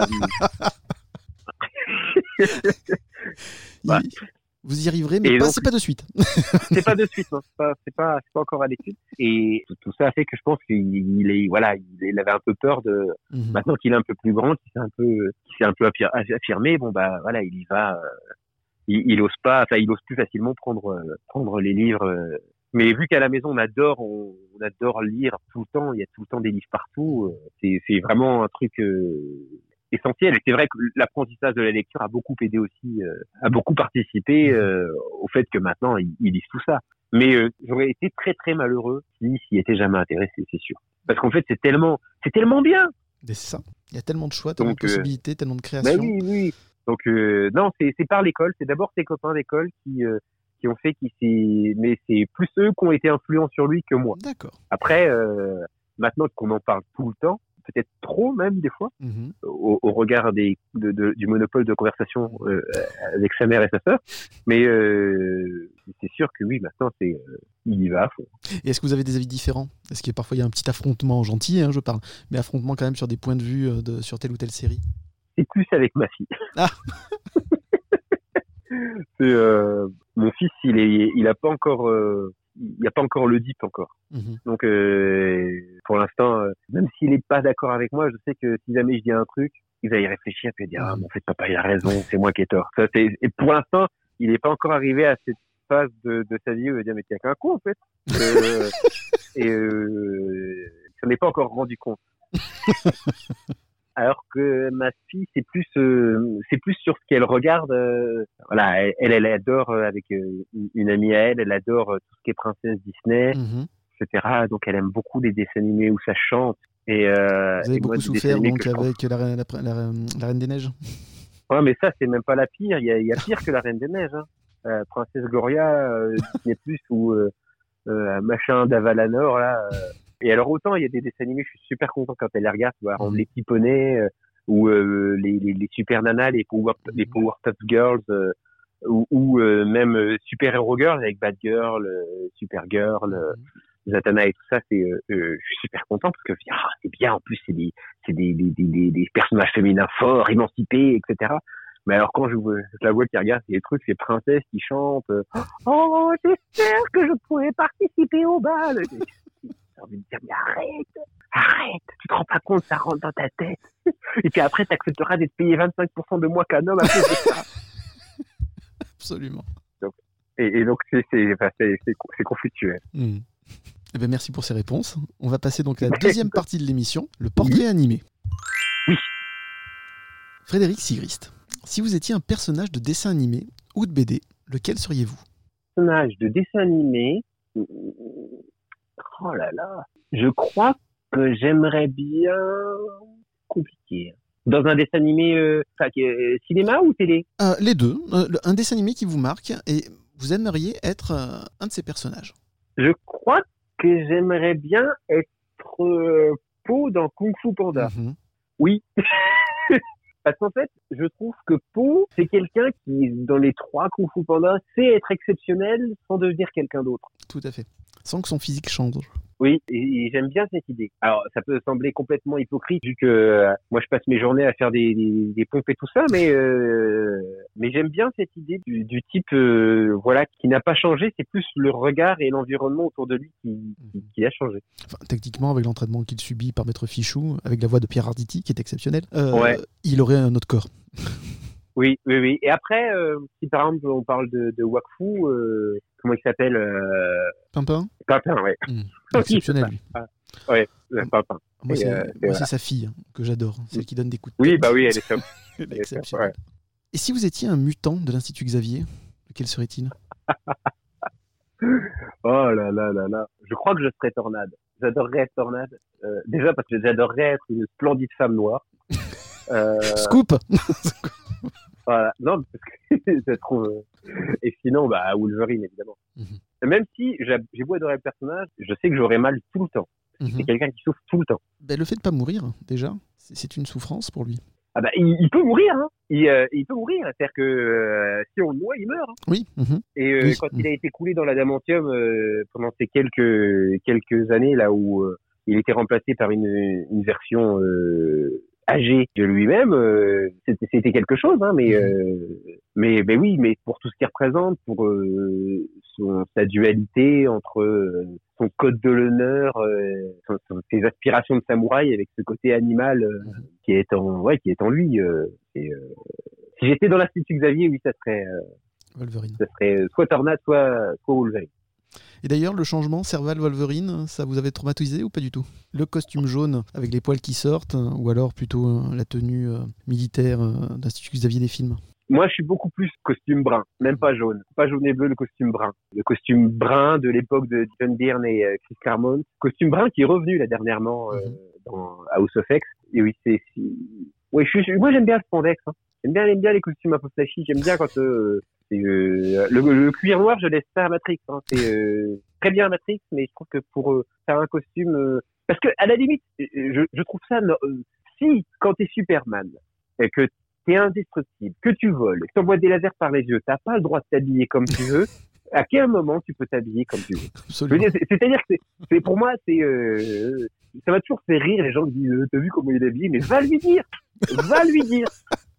bah. Vous y arriverez, mais pas, donc, c'est pas de suite. c'est pas de suite, non. C'est pas, c'est pas, c'est pas encore à l'étude. Et tout, tout ça a fait que je pense qu'il il est, voilà, il avait un peu peur de. Mm-hmm. Maintenant qu'il est un peu plus grand, qu'il s'est un peu, qu'il s'est un peu affirmé, bon bah voilà, il y va. Euh, il, il ose pas, enfin il ose plus facilement prendre, euh, prendre les livres. Euh, mais vu qu'à la maison on adore, on, on adore lire tout le temps, il y a tout le temps des livres partout. Euh, c'est, c'est vraiment un truc. Euh, essentiel. Et c'est vrai que l'apprentissage de la lecture a beaucoup aidé aussi, euh, a beaucoup participé euh, au fait que maintenant ils, ils lisent tout ça. Mais euh, j'aurais été très très malheureux s'il s'y était jamais intéressé, c'est sûr. Parce qu'en fait c'est tellement, c'est tellement bien. Mais c'est ça. Il y a tellement de choix, tellement Donc, de possibilités, euh, tellement de créations. Bah oui, oui. Donc euh, non, c'est, c'est par l'école. C'est d'abord ses copains d'école qui euh, qui ont fait qu'il s'est, mais c'est plus eux qui ont été influents sur lui que moi. D'accord. Après, euh, maintenant qu'on en parle tout le temps. Peut-être trop même des fois, mmh. au, au regard des, de, de, du monopole de conversation euh, avec sa mère et sa sœur. Mais euh, c'est sûr que oui, maintenant, c'est, euh, il y va à fond. Et est-ce que vous avez des avis différents ? Est-ce que parfois il y a un petit affrontement gentil, hein, je parle, mais affrontement quand même sur des points de vue euh, de, sur telle ou telle série ? C'est plus avec ma fille. Ah. c'est, euh, mon fils, il est, il a pas encore... Euh, il n'y a pas encore le dip encore. Mmh. Donc, euh, pour l'instant, euh, même s'il n'est pas d'accord avec moi, je sais que si jamais je dis un truc, il va y réfléchir et dire, ah, mais en fait, papa, il a raison, c'est moi qui ai tort. Ça, c'est... Et pour l'instant, il n'est pas encore arrivé à cette phase de, de sa vie où il va dire, mais t'es qu'un con, en fait. Euh, et, euh, ça n'est pas encore rendu compte. Alors que ma fille, c'est plus, euh, c'est plus sur ce qu'elle regarde. Euh, voilà, elle, elle, elle adore euh, avec euh, une amie à elle, elle adore euh, tout ce qui est princesse Disney, mmh. et cetera. Donc elle aime beaucoup les dessins animés où ça chante. Et, euh, Vous avez et beaucoup moi, souffert donc avec la, la, la, la, la Reine des Neiges. Ouais, mais ça c'est même pas la pire. Il y a, il y a pire que la Reine des Neiges. Hein. Euh, princesse Gloria, euh, Disney Plus ou euh, euh, machin d'Avalanor là. Euh, Et alors autant il y a des dessins animés, je suis super content quand elle les regarde, tu vois, mmh. les petits poneys euh, ou euh, les, les, les super nanas, les power, les Powerpuff Girls euh, ou, ou euh, même euh, super hero girls avec Bad Girl, euh, Super Girl, euh, mmh. Zatanna et tout ça, c'est euh, euh, je suis super content parce que ah, c'est bien, en plus c'est des c'est des des, des des personnages féminins forts, émancipés, et cetera. Mais alors quand je, je la vois qui regarde les trucs, ces princesses qui chantent, euh, oh j'espère que je pourrais participer au bal. J'ai envie de dire, mais arrête, arrête, tu te rends pas compte, ça rentre dans ta tête. Et puis après, tu accepteras d'être payé vingt-cinq pour cent de moins qu'un homme à cause de ça. Absolument. Donc, et, et donc, c'est, c'est, enfin, c'est, c'est, c'est conflictuel. Mmh. Eh bien, merci pour ces réponses. On va passer donc à la deuxième partie de l'émission, le portrait oui. animé. Oui. Frédéric Sigrist, Si vous étiez un personnage de dessin animé ou de B D, lequel seriez-vous ? Personnage de dessin animé. Oh là là. Je crois que j'aimerais bien. Compliqué. Dans un dessin animé, euh, enfin, euh, cinéma ou télé ? euh, Les deux. Euh, un dessin animé qui vous marque et vous aimeriez être euh, un de ces personnages. Je crois que j'aimerais bien être euh, Po dans Kung Fu Panda. Mm-hmm. Oui. Parce qu'en fait, je trouve que Po, c'est quelqu'un qui, dans les trois Kung Fu Panda, sait être exceptionnel sans devenir quelqu'un d'autre. Tout à fait. Sans que son physique change. Oui, et, et j'aime bien cette idée. Alors, ça peut sembler complètement hypocrite vu que euh, moi je passe mes journées à faire des, des, des pompes et tout ça, mais euh, mais j'aime bien cette idée du, du type euh, voilà qui n'a pas changé, c'est plus le regard et l'environnement autour de lui qui, qui, qui a changé. Enfin, techniquement, avec l'entraînement qu'il subit par Maître Fichou, avec la voix de Pierre Arditi qui est exceptionnelle, euh, ouais. il aurait un autre corps. Oui, oui, oui. Et après, euh, si par exemple on parle de, de Wakfu, euh, comment il s'appelle euh... Pimpin. Pimpin, ouais. Mmh. Exceptionnel, lui. Ah, ouais, Pimpin. Moi, c'est, euh, moi, c'est sa fille hein, que j'adore, celle qui donne des coups de Oui, tête. bah oui, elle est top. Elle est exceptionnelle. Ouais. Et si vous étiez un mutant de l'Institut Xavier, lequel serait-il ? Oh là là là là. Je crois que je serais Tornade. J'adorerais être Tornade. Euh, déjà parce que j'adorerais être une splendide femme noire. Euh... Scoop. Voilà. Non, parce que je trouve. Et sinon, bah, Wolverine, évidemment. Mm-hmm. Même si j'ai beau adorer le personnage, je sais que j'aurais mal tout le temps. Mm-hmm. C'est quelqu'un qui souffre tout le temps. Ben, le fait de pas mourir, déjà, c'est une souffrance pour lui. Ah bah, il, il peut mourir, hein. Il, euh, il peut mourir. C'est-à-dire que euh, si on le noie, il meurt. Hein. Oui. Mm-hmm. Et euh, oui. quand mm-hmm. il a été coulé dans l'adamantium euh, pendant ces quelques quelques années là où euh, il était remplacé par une, une version euh, âgé de lui-même, euh, c'était, c'était quelque chose, hein, mais, euh, mais, mais oui, mais pour tout ce qu'il représente, pour euh, son, sa dualité entre euh, son code de l'honneur, euh, son, son, ses aspirations de samouraï avec ce côté animal euh, qui est en, ouais, qui est en lui. Euh, et, euh, si j'étais dans l'Institut Xavier, oui, ça serait, euh, Wolverine. Ça serait soit Tornade, soit, soit Wolverine. Et d'ailleurs, le changement Serval-Wolverine, ça vous avait traumatisé ou pas du tout ? Le costume jaune avec les poils qui sortent, ou alors plutôt euh, la tenue euh, militaire euh, d'Institut Xavier des films ? Moi, je suis beaucoup plus costume brun, même pas jaune. Pas jaune et bleu, le costume brun. Le costume brun de l'époque de John Byrne et euh, Chris Claremont. Costume brun qui est revenu là dernièrement euh, mm-hmm. dans House of X. Et oui, c'est... c'est... Ouais, je suis... Moi, j'aime bien le spandex. Hein. J'aime bien, j'aime bien les costumes un peu flashy. J'aime bien quand... Euh, c'est, euh, le, le cuir noir, je laisse ça à Matrix. Hein. C'est euh, très bien Matrix, mais je trouve que pour euh, faire un costume... Euh... Parce que à la limite, je, je trouve ça... Euh, si, quand t'es Superman, et que t'es indestructible, que tu voles, que t'envoies des lasers par les yeux, t'as pas le droit de t'habiller comme tu veux, à quel moment tu peux t'habiller comme tu veux ? Absolument. C'est, c'est-à-dire que c'est, c'est, pour moi, c'est... Euh, ça m'a toujours fait rire les gens qui disent euh, « T'as vu comment il est habillé ?» Mais va lui dire ! Va lui dire !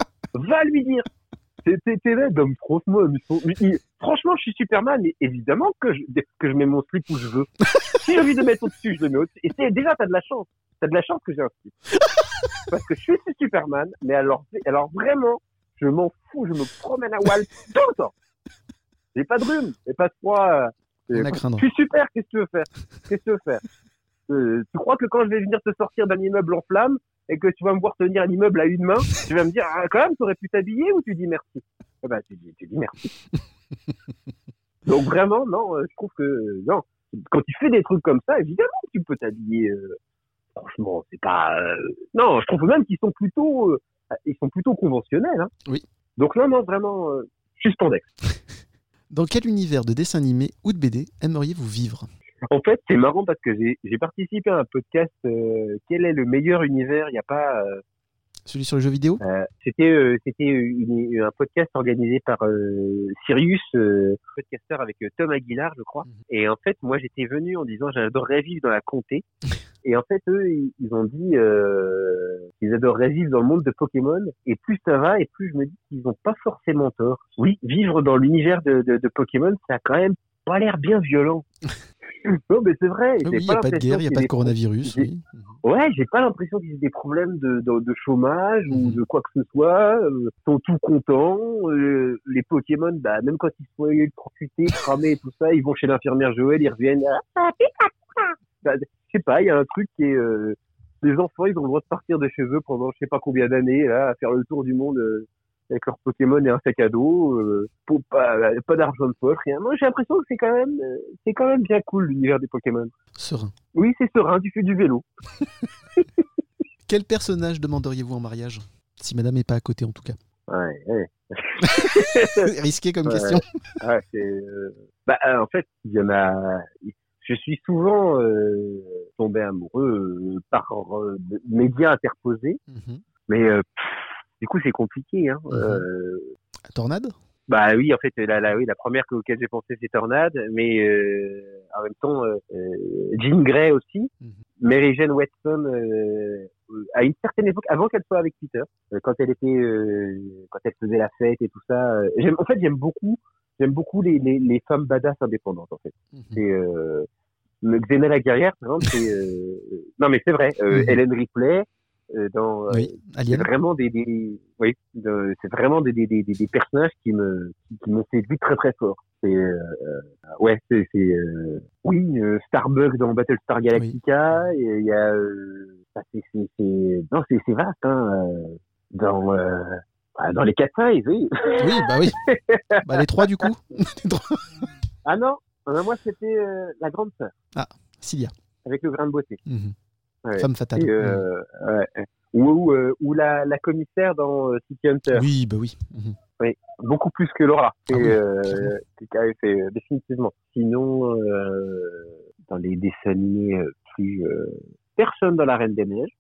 Va lui dire ! T'es, t'es là, d'homme, franchement, franchement, je suis Superman, mais évidemment que je, que je mets mon slip où je veux. Si j'ai envie de mettre au-dessus, je le mets au-dessus. Et c'est, déjà, t'as de la chance. T'as de la chance que j'ai un slip. Parce que je suis Superman, mais alors, alors vraiment, je m'en fous, je me promène à Wall tout le temps. J'ai pas de rhume, j'ai pas de froid. On a craindre. Je suis super, qu'est-ce que tu veux faire? Qu'est-ce que tu veux faire? Euh, tu crois que quand je vais venir te sortir d'un immeuble en flammes, et que tu vas me voir tenir l'immeuble à une main, tu vas me dire, ah, quand même, t'aurais pu t'habiller ou tu dis merci? Eh ben, tu dis, tu dis merci. Donc vraiment, non, je trouve que, non, quand tu fais des trucs comme ça, évidemment que tu peux t'habiller, euh, franchement, c'est pas, euh, non, je trouve même qu'ils sont plutôt, euh, ils sont plutôt conventionnels, hein. Oui. Donc non, non, vraiment, euh, je suis spandex. Dans quel univers de dessin animé ou de B D aimeriez-vous vivre ? En fait, c'est marrant parce que j'ai, j'ai participé à un podcast. Euh, quel est le meilleur univers ? Il n'y a pas. Euh, Celui sur les jeux vidéo ? euh, C'était, euh, c'était une, un podcast organisé par euh, Sirius, euh, podcasteur avec euh, Tom Aguilar, je crois. Mm-hmm. Et en fait, moi, j'étais venu en disant j'adorerais vivre dans la comté. Et en fait, eux, ils, ils ont dit euh, qu'ils adoreraient vivre dans le monde de Pokémon. Et plus ça va, et plus je me dis qu'ils n'ont pas forcément tort. Oui, vivre dans l'univers de, de, de Pokémon, ça a quand même pas l'air bien violent. Non, mais c'est vrai. Oui, il n'y a pas de guerre, il n'y a pas de coronavirus. J'ai... Oui. Ouais, j'ai pas l'impression qu'ils aient des problèmes de, de, de chômage mmh. ou de quoi que ce soit. Euh, ils sont tout contents. Euh, les Pokémon, bah, même quand ils sont électrocutés, cramés et tout ça, ils vont chez l'infirmière Joël, ils reviennent. Bah, je sais pas, il y a un truc qui est... Euh, les enfants, ils ont le droit de partir de chez eux pendant je sais pas combien d'années, là, à faire le tour du monde. Euh, avec leurs Pokémon et un sac à dos, euh, pour pas, pas d'argent de poche, rien. Moi, j'ai l'impression que c'est quand même, euh, c'est quand même bien cool l'univers des Pokémon. Serein. Oui, c'est serein, tu fais du vélo. Quel personnage demanderiez-vous en mariage? Si madame n'est pas à côté, en tout cas. Ouais, ouais. Risqué comme Ouais. question. Ouais, c'est, euh, bah, euh, en fait, il y en a. Je suis souvent euh, tombé amoureux euh, par euh, de- médias interposés, Mhm. mais euh, pff, du coup, c'est compliqué. Hein. Mhm. Euh, Tornade? bah oui, en fait, la, la, oui, la première auquel j'ai pensé, c'est Tornade, mais euh, en même temps, euh, euh, Jean Grey aussi. Mhm. Mary Jane Watson, euh, euh, à une certaine époque, avant qu'elle soit avec Peter, euh, quand elle était, euh, quand elle faisait la fête et tout ça. Euh, j'aime, en fait, j'aime beaucoup, j'aime beaucoup les, les, les femmes badass indépendantes, en fait. Mhm. C'est euh, me- Xena la guerrière, par exemple, c'est, euh, euh, non mais c'est vrai. Euh, Mhm. Helen Ripley, euh, dans, euh, Oui, c'est Alien. vraiment des, des oui, de- c'est vraiment des, des, des, des, des personnages qui me, qui, qui m'ont séduit très très fort. C'est, euh, euh, ouais, c'est, c'est, euh, oui, euh, Starbuck dans Battlestar Galactica, et il y a, euh, ça, c'est, c'est, c'est, non, c'est, c'est vaste, hein, euh, dans, euh, bah, dans les quatre size, oui. Oui, bah oui. Bah les trois du coup. Les trois. Ah non, euh, moi c'était euh, la grande sœur, Ah, Cilia. avec le grain de beauté. Mhm. Ouais. Femme fatale. Et, euh, ouais. Ou, ou, euh, ou la, la commissaire dans euh, City Hunter. Mhm. Oui, bah oui. Mhm. Oui, beaucoup plus que Laura. C'est, Ah oui, euh, clairement. c'est, carré- c'est, euh, définitivement. Sinon, euh, dans les dessins animés euh, plus euh, personne dans la Reine des Neiges.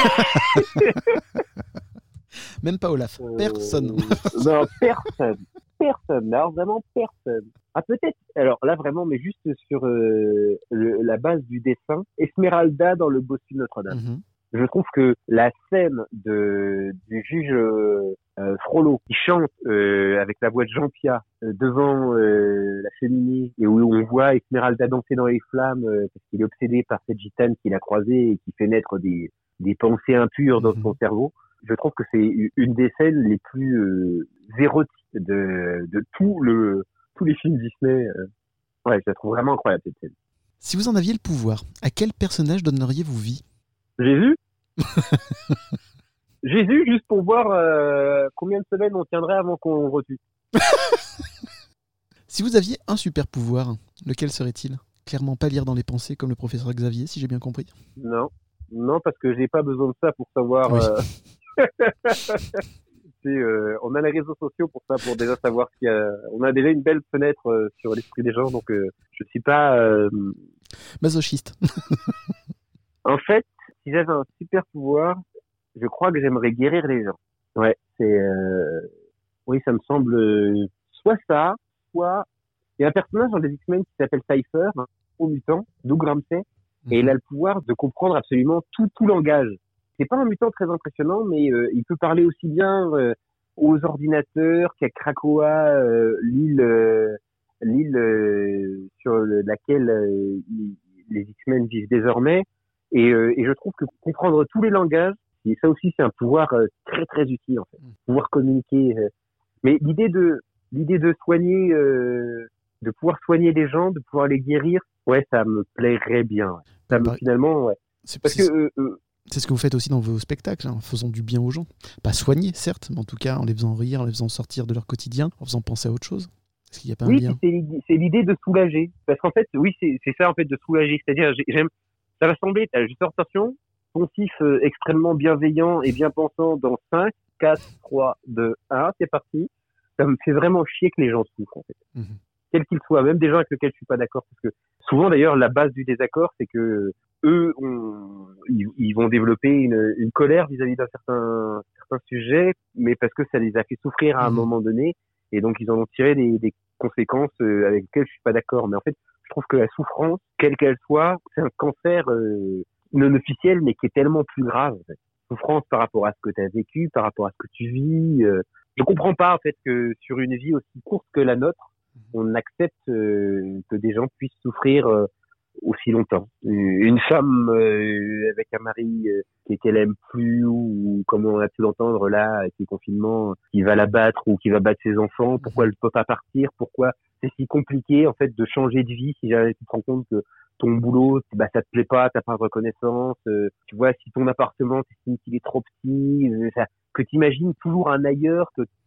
Même pas Olaf. Euh, Personne. Non, personne. Personne. Alors vraiment personne. Ah peut-être. Alors là vraiment, mais juste sur euh, le- la base du dessin, Esmeralda dans le bossu de Notre-Dame. Mhm. Je trouve que la scène de du juge euh, euh, Frollo qui chante euh, avec la voix de Jean Pia euh, devant euh, la cheminée et où on voit Esmeralda danser dans les flammes euh, parce qu'il est obsédé par cette gitane qu'il a croisée et qui fait naître des des pensées impures dans Mhm. son cerveau. Je trouve que c'est une des scènes les plus euh, érotiques de de tout le tous les films Disney. euh. Ouais, je la trouve vraiment incroyable cette scène. Si vous en aviez le pouvoir, à quel personnage donneriez-vous vie? Jésus Jésus, juste pour voir euh, combien de semaines on tiendrait avant qu'on retue. Si vous aviez un super pouvoir, lequel serait-il? Clairement pas lire dans les pensées comme le professeur Xavier, si j'ai bien compris. Non, non, parce que j'ai pas besoin de ça pour savoir. Oui. euh, c'est, euh, on a les réseaux sociaux pour ça, pour déjà savoir ce qu'il y a. On a déjà une belle fenêtre euh, sur l'esprit des gens, donc euh, je suis pas. euh, Masochiste. En fait, si j'avais un super pouvoir, je crois que j'aimerais guérir les gens. Ouais, c'est. euh, Oui, ça me semble euh, soit ça, soit il y a un personnage dans les X-Men qui s'appelle Cypher, un gros mutant, Doug Ramsey, et il a le pouvoir de comprendre absolument tout, tout langage. C'est pas un mutant très impressionnant, mais euh, il peut parler aussi bien euh, aux ordinateurs qu'à Krakoa, euh, l'île, euh, l'île euh, sur le- laquelle euh, il- les X-Men vivent désormais. Et, euh, et je trouve que comprendre tous les langages, et ça aussi c'est un pouvoir euh, très très utile en fait, pouvoir communiquer. euh. Mais l'idée de l'idée de soigner, euh, de pouvoir soigner les gens, de pouvoir les guérir, ouais, ça me plairait bien. Ouais. Ça me Bah, finalement, ouais. c'est, Parce c'est- que euh, euh, c'est ce que vous faites aussi dans vos spectacles, hein, en faisant du bien aux gens. Pas soigner, certes, mais en tout cas en les faisant rire, en les faisant sortir de leur quotidien, en faisant penser à autre chose. Est-ce qu'il n'y a pas un oui, lien? puis c'est l'idée, c'est l'idée de soulager. Parce qu'en fait, oui, c'est c'est ça en fait de soulager. C'est-à-dire, j'ai- j'aime, ça va sembler, euh, juste attention, poncif, euh, extrêmement bienveillant et bien pensant dans cinq, quatre, trois, deux, un, c'est parti. Ça me fait vraiment chier que les gens souffrent en fait. Mhm. Quels qu'ils soient, même des gens avec lesquels je suis pas d'accord, parce que souvent d'ailleurs la base du désaccord, c'est que eux, ont, ils, ils vont développer une, une colère vis-à-vis d'un certain, certain sujet, mais parce que ça les a fait souffrir à un Mhm. moment donné, et donc ils en ont tiré des, des conséquences euh, avec lesquelles je suis pas d'accord. Mais en fait, je trouve que la souffrance, quelle qu'elle soit, c'est un cancer euh, non officiel, mais qui est tellement plus grave. En fait. Souffrance par rapport à ce que tu as vécu, par rapport à ce que tu vis. Euh, je comprends pas en fait que sur une vie aussi courte que la nôtre, on accepte euh, que des gens puissent souffrir euh, aussi longtemps. Une femme euh, avec un mari euh, qui- qu'elle aime plus, ou comme on a pu l'entendre là avec les confinements, qui va la battre ou qui va battre ses enfants, pourquoi elle ne peut pas partir, pourquoi c'est si compliqué en fait de changer de vie si jamais tu te rends compte que ton boulot, bah ça te plaît pas, t'as pas de reconnaissance, euh, tu vois, si ton appartement t'estimes qu'il est trop petit, euh, ça, que t'imagines toujours un ailleurs, que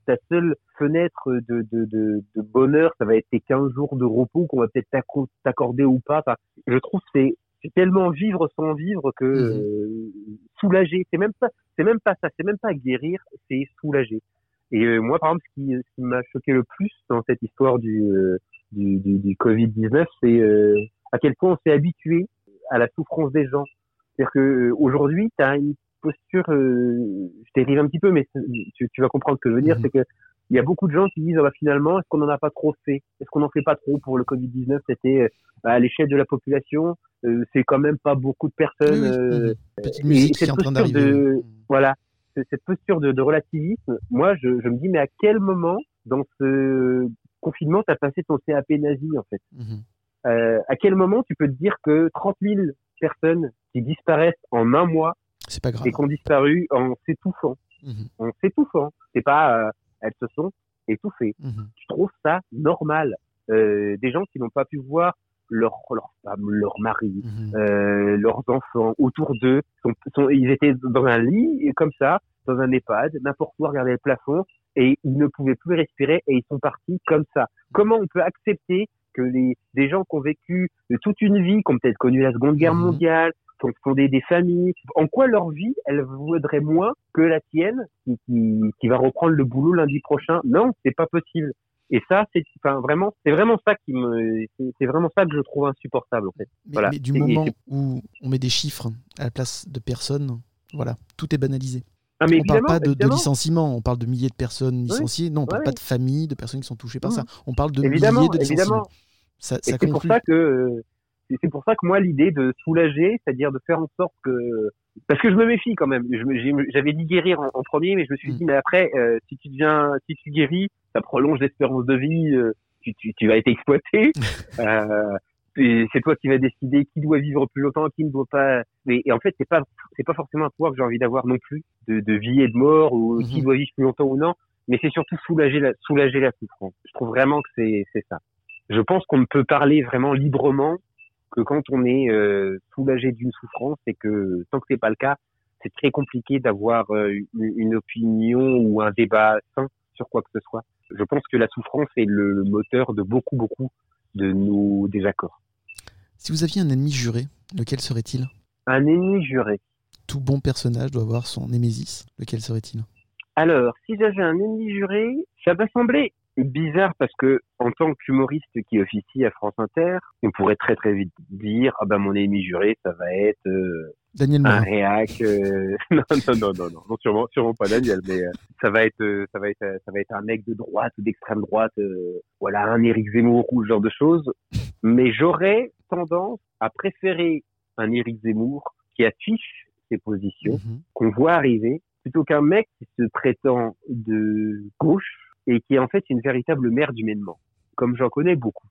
ta seule fenêtre de, de, de, de bonheur, ça va être tes quinze jours de repos qu'on va peut-être t'acco- t'accorder ou pas. Enfin, je trouve que c'est, c'est tellement vivre sans vivre que Mhm. euh, soulager, c'est même pas, c'est même pas ça, c'est même pas guérir, c'est soulager. Et euh, moi, par exemple, ce qui, ce qui m'a choqué le plus dans cette histoire du, euh, du, du, du covid dix-neuf, c'est euh, à quel point on s'est habitué à la souffrance des gens. C'est-à-dire que euh, aujourd'hui, tu as une posture, euh, je dérive un petit peu, mais tu, tu vas comprendre ce que je veux dire, Mhm. c'est que il y a beaucoup de gens qui disent, ah bah, finalement, est-ce qu'on n'en a pas trop fait? Est-ce qu'on n'en fait pas trop pour le covid dix-neuf? C'était euh, à l'échelle de la population, euh, c'est quand même pas beaucoup de Oui, personnes. oui. Euh, Mhm. Petite et, et musique qui est cette en train posture d'arriver, oui. de, voilà, c- cette posture de, de relativisme, moi, je, je me dis, mais à quel moment, dans ce confinement, t'as passé ton C A P nazi, en fait? Mhm. Euh, à quel moment tu peux te dire que trente mille personnes qui disparaissent en un mois C'est pas et grave. qui ont disparu en s'étouffant, Mhm. en s'étouffant, c'est pas, euh, elles se sont étouffées. Mhm. Je trouve ça normal. Euh, des gens qui n'ont pas pu voir leur, leur femme, leur mari, Mhm. euh, leurs enfants autour d'eux, sont, sont, ils étaient dans un lit et comme ça, dans un EHPAD, n'importe où, regarder le plafond, et ils ne pouvaient plus respirer et ils sont partis comme ça. Comment on peut accepter que les, des gens qui ont vécu toute une vie, qui ont peut-être connu la Seconde Guerre Mhm. mondiale, qui ont fondé des familles, en quoi leur vie, elle vaudrait moins que la tienne, qui, qui, qui va reprendre le boulot lundi prochain? Non, c'est pas possible. Et ça, c'est, enfin, vraiment, c'est vraiment ça qui me, c'est, c'est vraiment ça que je trouve insupportable, en fait. Mais, Voilà. mais du Et- et moment c'est- où on met des chiffres à la place de personnes, voilà, tout est banalisé. Ah, mais On parle évidemment, pas de, de évidemment. licenciement, on parle de milliers de personnes Oui, licenciées. Non, on parle ouais, pas de familles, de personnes qui sont touchées par mmh. ça. On parle de milliers Évidemment, de licenciements. évidemment. Ça, Et ça c'est pour conclut. ça que, euh, c'est c'est pour ça que moi, l'idée de soulager, c'est-à-dire de faire en sorte que, parce que je me méfie quand même. Je me- j'ai- J'avais dit guérir en, en premier, mais je me suis Mm. dit, mais après, euh, si tu deviens, si tu guéris, ça prolonge l'espérance de vie, euh, tu, tu, tu vas être exploité. euh, et c'est toi qui vas décider qui doit vivre plus longtemps, qui ne doit pas. Et, et en fait, c'est pas, c'est pas forcément un pouvoir que j'ai envie d'avoir non plus, de, de vie et de mort, ou qui Mhm. doit vivre plus longtemps ou non. Mais c'est surtout soulager la, soulager la souffrance. Je trouve vraiment que c'est, c'est ça. Je pense qu'on ne peut parler vraiment librement que quand on est euh, soulagé d'une souffrance, et que tant que c'est pas le cas, c'est très compliqué d'avoir euh, une, une opinion ou un débat sain sur quoi que ce soit. Je pense que la souffrance est le moteur de beaucoup, beaucoup de nos désaccords. Si vous aviez un ennemi juré, lequel serait-il? Un ennemi juré. Tout bon personnage doit avoir son némésis. Lequel serait-il? Alors, si j'avais un ennemi juré, ça va sembler bizarre parce que, en tant qu'humoriste qui officie à France Inter, on pourrait très très vite dire, ah ben mon ennemi juré, ça va être euh, Daniel un Morin. réac. Euh... non, non, non, non, non, non, sûrement, sûrement pas Daniel, mais euh, ça va être, euh, ça va être, euh, ça va être un mec de droite ou d'extrême droite, euh, voilà, un Éric Zemmour ou ce genre de choses. Mais j'aurais tendance à préférer un Éric Zemmour qui affiche ses positions, Mhm. qu'on voit arriver, plutôt qu'un mec qui se prétend de gauche et qui est en fait une véritable merde humainement, comme j'en connais beaucoup.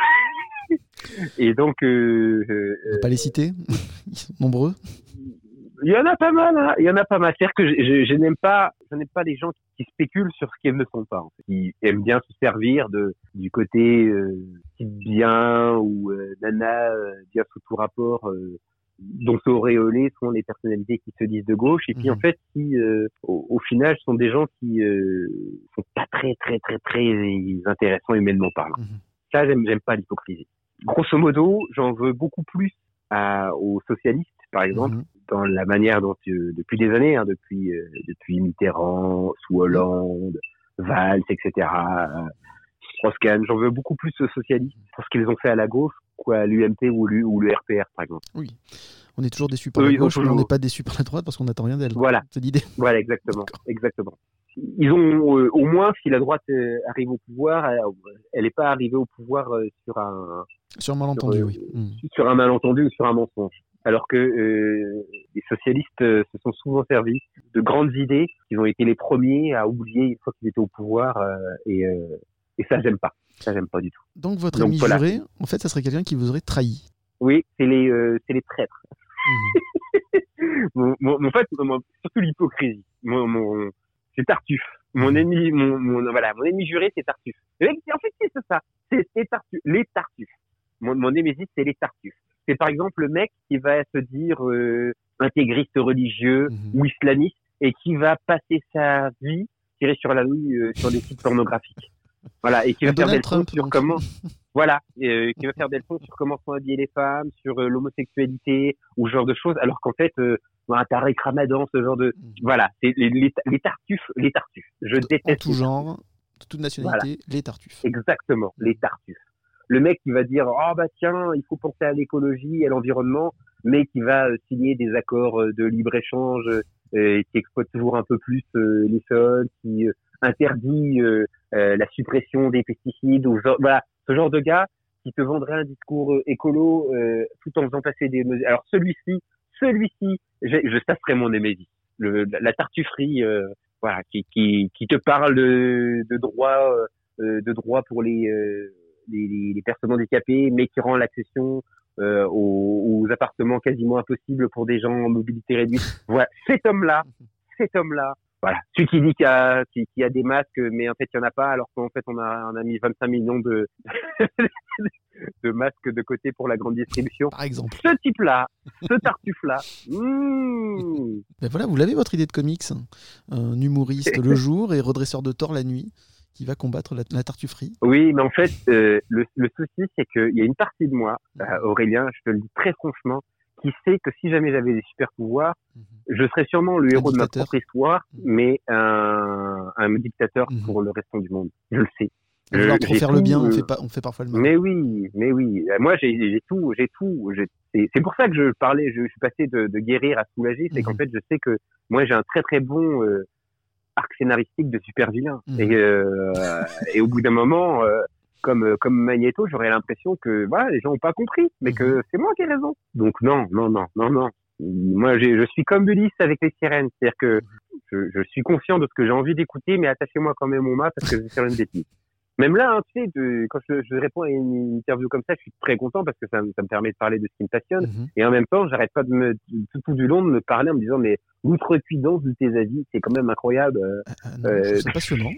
Et donc, euh, euh, On va pas les citer. Ils sont nombreux. il y en a pas mal, hein. Il y en a pas mal. C'est-à-dire que je, je, je n'aime pas, je n'aime pas les gens qui spéculent sur ce qu'ils ne sont pas, en fait. Qui aiment bien se servir de du côté euh, type bien ou euh, nana euh, bien sous tout rapport, euh, dont se auréolés sont les personnalités qui se disent de gauche, et puis Mhm. en fait qui euh, au, au final sont des gens qui euh, sont pas très très très très intéressants humainement parlant. Mhm. Ça, j'aime j'aime pas l'hypocrisie. Grosso modo, j'en veux beaucoup plus à, aux socialistes, par exemple, Mhm. dans la manière dont euh, depuis des années, hein, depuis euh, depuis Mitterrand, sous Hollande, Valls, et cetera. Euh, Strauss-Kahn, j'en veux beaucoup plus aux socialistes pour ce qu'ils ont fait à la gauche qu'à l'U M P ou, l'U- ou le R P R, par exemple. Oui. On est toujours déçus par Eux, la ils ont gauche, mais on toujours- n'est pas déçus par la droite parce qu'on n'attend rien d'elle. Voilà, C'est l'idée. voilà, exactement, exactement. Ils ont euh, au moins, si la droite euh, arrive au pouvoir, euh, elle n'est pas arrivée au pouvoir euh, sur un Sur un malentendu, sur, euh, oui. Mhm. sur un malentendu ou sur un mensonge. Alors que euh, les socialistes euh, se sont souvent servis de grandes idées, qu'ils ont été les premiers à oublier une fois qu'ils étaient au pouvoir, euh, et, euh, et ça j'aime pas, ça j'aime pas du tout. Donc votre Donc, ami voilà. juré, en fait, ça serait quelqu'un qui vous aurait trahi. Oui, c'est les euh, c'est les traîtres. Mhm. mon, mon, en fait, mon, surtout l'hypocrisie. Mon, mon, c'est Tartuffe. Mon Mhm. ennemi, mon, mon, voilà, mon ennemi juré, c'est Tartuffe. Et en fait, c'est ça. C'est, c'est Tartuffe, les Tartuffes. Mon, mon némésis, c'est les Tartuffes. C'est par exemple le mec qui va se dire euh, intégriste religieux Mhm. ou islamiste et qui va passer sa vie tirer sur la rue euh, sur des sites pornographiques. Voilà, et qui va Un faire des Donald leçons Trump, sur donc. comment, voilà, euh, qui va faire des leçons sur comment sont habillées les femmes, sur euh, l'homosexualité ou ce genre de choses, alors qu'en fait, euh, un Tariq Ramadan, ce genre de, voilà, c'est les, les, les tartuffes, les tartuffes. Je En déteste tout les genre, tartuffes. de toute nationalité, Voilà, les Tartuffes. exactement, les tartuffes. Le mec qui va dire, oh bah tiens, il faut penser à l'écologie, à l'environnement, mais qui va euh, signer des accords euh, de libre-échange euh, qui exploitent toujours un peu plus euh, les sols, qui euh, interdit euh, euh, la suppression des pesticides, ou genre, voilà, ce genre de gars qui te vendrait un discours euh, écolo euh, tout en faisant passer des mesures. Alors celui-ci, celui-ci, je, je ça serait mon némésis. Le, la tartufferie, euh, voilà, qui, qui, qui te parle de, de droit, euh, de droit pour les, euh, les, les, les personnes handicapées, mais qui rend l'accession euh, aux, aux appartements quasiment impossible pour des gens en mobilité réduite. Voilà, cet homme-là, cet homme-là, voilà, celui qui dit qu'il y a, qu'il y a des masques, mais en fait il y en a pas, alors qu'en fait on a, on a mis vingt-cinq millions de de masques de côté pour la grande distribution. Par exemple. Ce type-là, ce tartuffe-là, mmh. Ben voilà, vous l'avez votre idée de comics. Un humoriste le jour et redresseur de tort la nuit qui va combattre la, la tartufferie. Oui, mais en fait, euh, le, le souci, c'est qu'il y a une partie de moi, euh, Aurélien, je te le dis très franchement, qui sait que si jamais j'avais des super pouvoirs, mmh. je serais sûrement le héros de ma propre histoire, mmh. mais un, un dictateur mmh. pour le restant du monde. Je le sais. À vouloir trop faire tout, le bien, euh... on fait pas, on fait parfois le mal. Mais oui, mais oui. Moi, j'ai, j'ai tout, j'ai tout. J'ai, c'est, c'est pour ça que je parlais, je, je suis passé de, de guérir à soulager, c'est mmh. qu'en fait, je sais que moi, j'ai un très très bon euh, arc scénaristique de super vilain. Mmh. Et, euh, et au bout d'un moment, euh, comme comme Magneto, j'aurais l'impression que voilà, les gens ont pas compris, mais mmh. que c'est moi qui ai raison. Donc non, non, non, non, non. Moi, j'ai, je suis comme Ulysse avec les sirènes, c'est-à-dire que je, je suis conscient de ce que j'ai envie d'écouter, mais attachez-moi quand même au mât parce que je vais faire une bêtise. Même là, hein, tu sais, de, quand je, je réponds à une interview comme ça, je suis très content parce que ça, ça me permet de parler de ce qui me passionne. Mm-hmm. Et en même temps, j'arrête pas de me, tout, tout du long de me parler en me disant, mais l'outrecuidance de tes avis, c'est quand même incroyable. Ah, non, euh, c'est passionnant.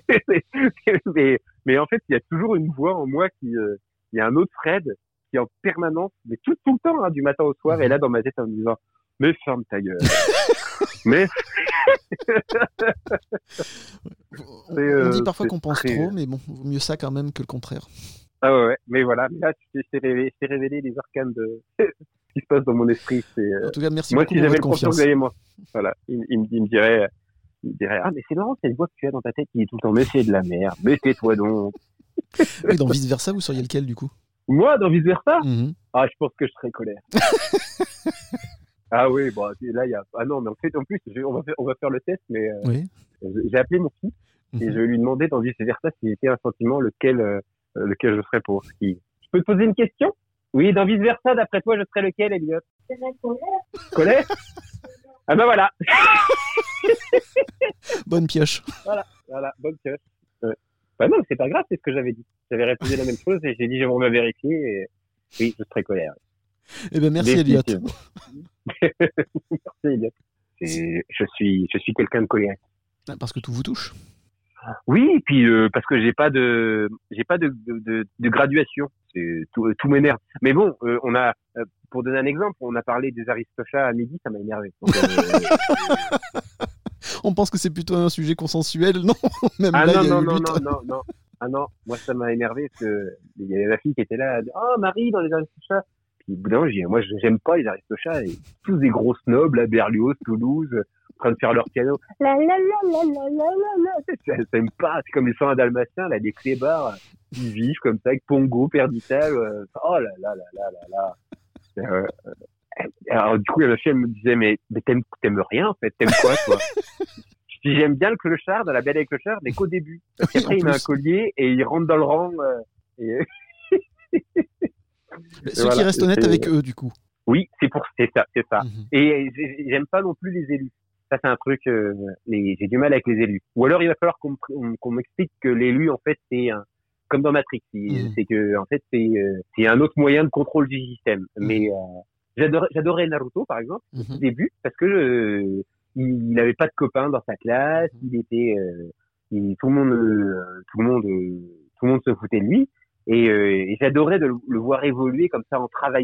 mais, mais en fait, il y a toujours une voix en moi qui, euh, il y a un autre Fred qui en permanence, mais tout, tout le temps, hein, du matin au soir, mm-hmm. est là dans ma tête en me disant, mais ferme ta gueule. mais on, on dit parfois qu'on pense très... trop, mais bon, vaut mieux ça quand même que le contraire. Ah ouais, ouais. Mais voilà, là, tu t'es révélé, révélé les arcanes de ce qui se passe dans mon esprit. C'est, en tout cas, merci moi, beaucoup si pour j'avais votre le confiance. Vous moi. Voilà, il, il, il, me dirait, il me dirait, ah mais c'est marrant, c'est une voix que tu as dans ta tête qui est tout le temps, mais c'est de la merde, mais tais-toi donc. Oui, dans Vice Versa, vous seriez lequel du coup? Moi, dans Vice Versa, mm-hmm. ah, je pense que je serais colère. Ah oui, bon, là, il y a, ah non, mais en fait, en plus, je... on va faire, on va faire le test, mais, euh, oui. j'ai appelé mon fils, mm-hmm. et je lui ai demandé dans Vice Versa s'il était un sentiment lequel, euh, lequel je serais pour ski. Je peux te poser une question? Oui, dans Vice Versa, d'après toi, je serais lequel, Elliot? Je serais colère. Colère? Ah ben voilà. Bonne pioche. Voilà, voilà, bonne pioche. Euh, bah non, c'est pas grave, c'est ce que j'avais dit. J'avais répondu la même chose et j'ai dit, je vais vérifier et oui, je serais colère. Eh ben, merci, Elliot. Merci, Elliot. Et je suis, je suis quelqu'un de colérique. Parce que tout vous touche. Oui, et puis euh, parce que j'ai pas de, j'ai pas de, de, de, de graduation. C'est, tout, tout m'énerve. Mais bon, euh, on a, euh, pour donner un exemple, on a parlé des Aristochats à midi, ça m'a énervé. Donc, euh... on pense que c'est plutôt un sujet consensuel, non? Même ah là, non, il y a non, eu non, but. non, non, non. Ah non, moi ça m'a énervé parce que il y avait la fille qui était là, oh Marie dans les Aristochats. Puis au bout d'un moment, j'ai dit, moi j'aime pas les Aristochats, et tous des gros snobs, là, Berlioz, Toulouse, en train de faire leur piano. La la la la la la la. Ça aime pas, c'est comme les cent un dalmatiens, là, des clébards qui vivent comme ça, avec Pongo, Perdital. Euh, oh là là là là là là. Euh, alors du coup, la fille elle me disait, mais, mais t'aimes, t'aimes rien en fait, t'aimes quoi toi? Je dis, j'aime bien le clochard, dans la Belle et le clochard, mais qu'au début. Parce oui, qu'après, il met un collier et il rentre dans le rang. Euh, et... Ceux voilà, qui restent honnêtes c'est... avec eux, du coup. Oui, c'est pour c'est ça, c'est ça. Mm-hmm. Et j'aime pas non plus les élus. Ça, c'est un truc. Euh, les... J'ai du mal avec les élus. Ou alors, il va falloir qu'on, qu'on m'explique que l'élu, en fait, c'est un... comme dans Matrix. Mm-hmm. C'est que, en fait, c'est euh... c'est un autre moyen de contrôle du système. Mm-hmm. Mais euh... j'adorais, j'adorais Naruto, par exemple, mm-hmm. au début, parce que euh... il n'avait pas de copains dans sa classe. Mm-hmm. Il était, euh... il... tout le monde, euh... tout le monde, euh... tout le monde se foutait de lui. Et, euh, et j'adorais de le voir évoluer comme ça en travaillant.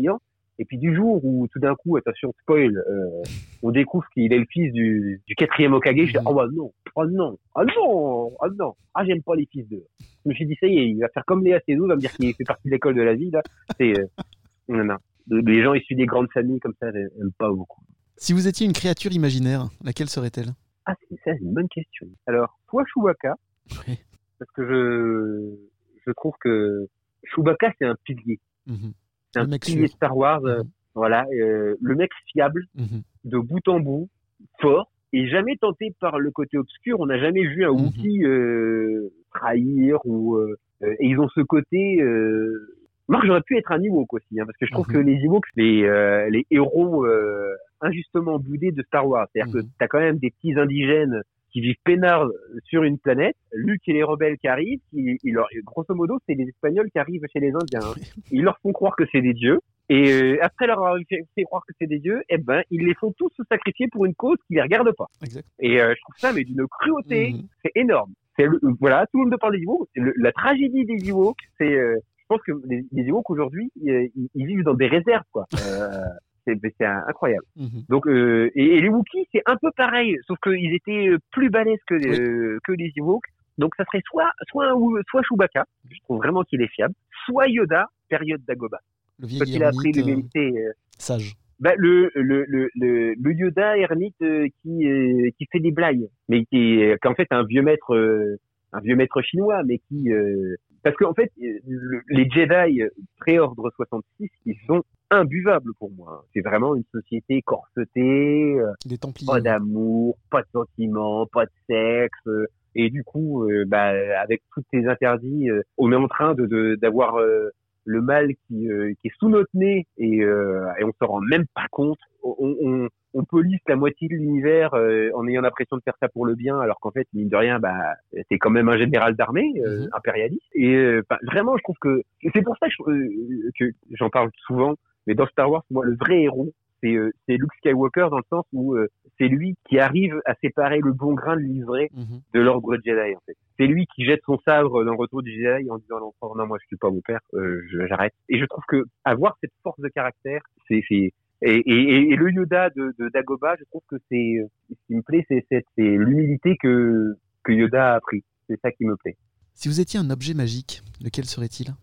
Et puis du jour où tout d'un coup, attention, spoil, euh, on découvre qu'il est le fils du, du quatrième Hokage, je dis, oh bah non, oh non, oh non, oh non, ah j'aime pas les fils d'eux. Je me suis dit, ça y est, il va faire comme Léa Seydoux, il va me dire qu'il fait partie de l'école de la vie, là. C'est, euh, non, non. Les gens issus des grandes familles comme ça, j'aime pas beaucoup. Si vous étiez une créature imaginaire, laquelle serait-elle? Ah, c'est, ça, c'est une bonne question. Alors, soit Chewbacca, Oui. parce que je, je trouve que Chewbacca, c'est un pilier. Mm-hmm. C'est un pilier sûr. Star Wars, euh, mm-hmm. voilà, euh, le mec fiable, mm-hmm. de bout en bout, fort, et jamais tenté par le côté obscur. On n'a jamais vu un mm-hmm. Wookiee euh, trahir ou euh, et ils ont ce côté. Euh... Moi, j'aurais pu être un Ewok aussi, hein, parce que je trouve mm-hmm. que les Ewoks, les euh, les héros euh, injustement boudés de Star Wars, c'est-à-dire mm-hmm. que t'as quand même des petits indigènes qui vivent peinards sur une planète, Luke et les rebelles qui arrivent, qui, ils leur, grosso modo, c'est les Espagnols qui arrivent chez les Indiens. Hein. Ils leur font croire que c'est des dieux, et euh, après leur avoir fait, fait croire que c'est des dieux, eh ben, ils les font tous se sacrifier pour une cause qui les regarde pas. Exact. Et euh, je trouve ça, mais d'une cruauté, mmh. c'est énorme. C'est le, voilà, tout le monde parle des Ewoks. Le, la tragédie des Ewoks, c'est, euh, je pense que les, les Ewoks aujourd'hui, ils, ils vivent dans des réserves, quoi. Euh, C'est, c'est incroyable. Mm-hmm. Donc euh, et, et les Wookiees c'est un peu pareil, sauf qu'ils étaient plus balèzes que oui. euh, que les Ewoks. Donc ça serait soit soit soit Chewbacca, je trouve vraiment qu'il est fiable, soit Yoda, période Dagobah. Le vieil Quand il a appris l'humilité. Euh, sage. Bah le le le le, le Yoda ermite euh, qui euh, qui fait des blagues, mais qui est qu'en fait un vieux maître euh, un vieux maître chinois, mais qui euh, parce qu'en fait le, les Jedi pré-ordre soixante-six ils sont imbuvables pour moi. C'est vraiment une société corsetée, euh, pas d'amour, pas de sentiments, pas de sexe, euh, et du coup, euh, bah, avec tous ces interdits, euh, on est en train de, de d'avoir euh, le mal qui, euh, qui est sous notre nez et, euh, et on s'en rend même pas compte. On, on, on police la moitié de l'univers euh, en ayant l'impression de faire ça pour le bien, alors qu'en fait, mine de rien, bah, c'est quand même un général d'armée euh, mm-hmm. impérialiste. Et euh, bah, vraiment, je trouve que c'est pour ça que, je, euh, que j'en parle souvent. Mais dans Star Wars, moi, le vrai héros, c'est, euh, c'est Luke Skywalker dans le sens où euh, c'est lui qui arrive à séparer le bon grain de l'ivraie mm-hmm. de l'ordre Jedi, en fait. C'est lui qui jette son sabre dans le retour du Jedi en disant à l'empereur, non, moi, je suis pas mon père, euh, je, j'arrête. Et je trouve que avoir cette force de caractère, c'est, c'est, et, et, et le Yoda de, de Dagobah, je trouve que c'est, ce qui me plaît, c'est, c'est, c'est l'humilité que, que Yoda a appris. C'est ça qui me plaît. Si vous étiez un objet magique, lequel serait-il?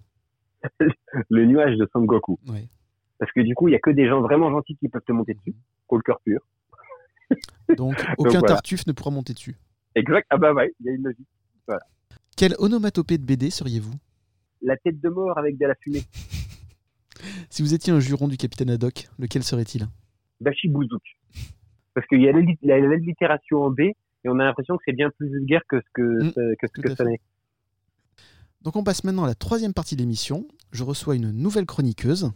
Le nuage de Son Goku. Ouais. Parce que du coup, il y a que des gens vraiment gentils qui peuvent te monter dessus, qui ont le cœur pur. Donc, aucun Donc, voilà. Tartuffe ne pourra monter dessus. Exact. Ah bah ouais, il y a une logique. Voilà. Quelle onomatopée de B D seriez-vous? La tête de mort avec de la fumée. Si vous étiez un juron du capitaine Haddock, lequel serait-il? Bashi Bouzouk. Parce qu'il y a l'allitération en B, et on a l'impression que c'est bien plus vulgaire que ce que, mmh, ce, que, ce que ça n'est. Donc on passe maintenant à la troisième partie de l'émission. Je reçois une nouvelle chroniqueuse.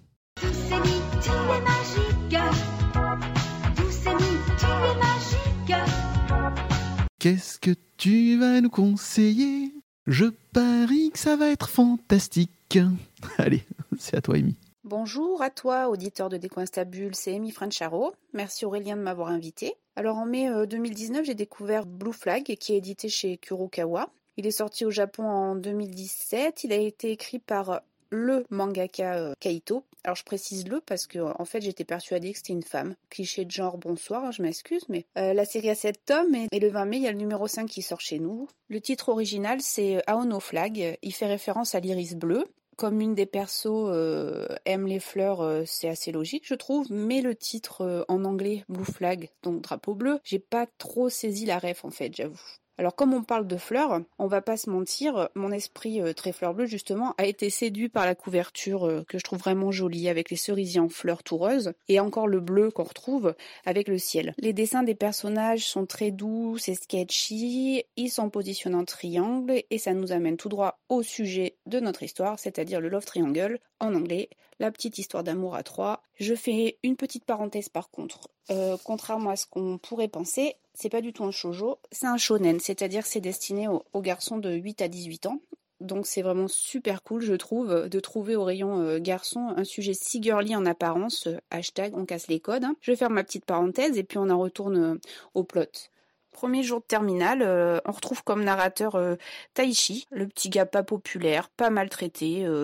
Qu'est-ce que tu vas nous conseiller? Je parie que ça va être fantastique. Allez, c'est à toi, Amy. Bonjour à toi, auditeur de Décoinstabule, c'est Amy Francharo. Merci Aurélien de m'avoir invité. Alors en mai deux mille dix-neuf, j'ai découvert Blue Flag, qui est édité chez Kurokawa. Il est sorti au Japon en deux mille dix-sept. Il a été écrit par le mangaka Kaito. Alors je précise le parce que en fait j'étais persuadée que c'était une femme. Cliché de genre, bonsoir, je m'excuse, mais euh, la série a sept tomes et, et le vingt mai il y a le numéro cinq qui sort chez nous. Le titre original c'est Aono Flag. Il fait référence à l'iris bleu. Comme une des persos euh, aime les fleurs, euh, c'est assez logique je trouve, mais le titre euh, en anglais Blue Flag, donc drapeau bleu, j'ai pas trop saisi la ref en fait, j'avoue. Alors comme on parle de fleurs, on va pas se mentir, mon esprit euh, très fleur bleue justement a été séduit par la couverture euh, que je trouve vraiment jolie avec les cerisiers en fleurs toureuses et encore le bleu qu'on retrouve avec le ciel. Les dessins des personnages sont très doux, c'est sketchy, ils sont positionnés en triangle et ça nous amène tout droit au sujet de notre histoire, c'est-à-dire le love triangle en anglais, la petite histoire d'amour à trois. Je fais une petite parenthèse par contre, euh, contrairement à ce qu'on pourrait penser, c'est pas du tout un shoujo, c'est un shonen, c'est-à-dire que c'est destiné aux, aux garçons de huit à dix-huit ans. Donc c'est vraiment super cool, je trouve, de trouver au rayon euh, garçon un sujet si girly en apparence, euh, hashtag on casse les codes. Hein. Je vais faire ma petite parenthèse et puis on en retourne euh, au plot. Premier jour de terminale, euh, on retrouve comme narrateur euh, Taichi, le petit gars pas populaire, pas maltraité, euh,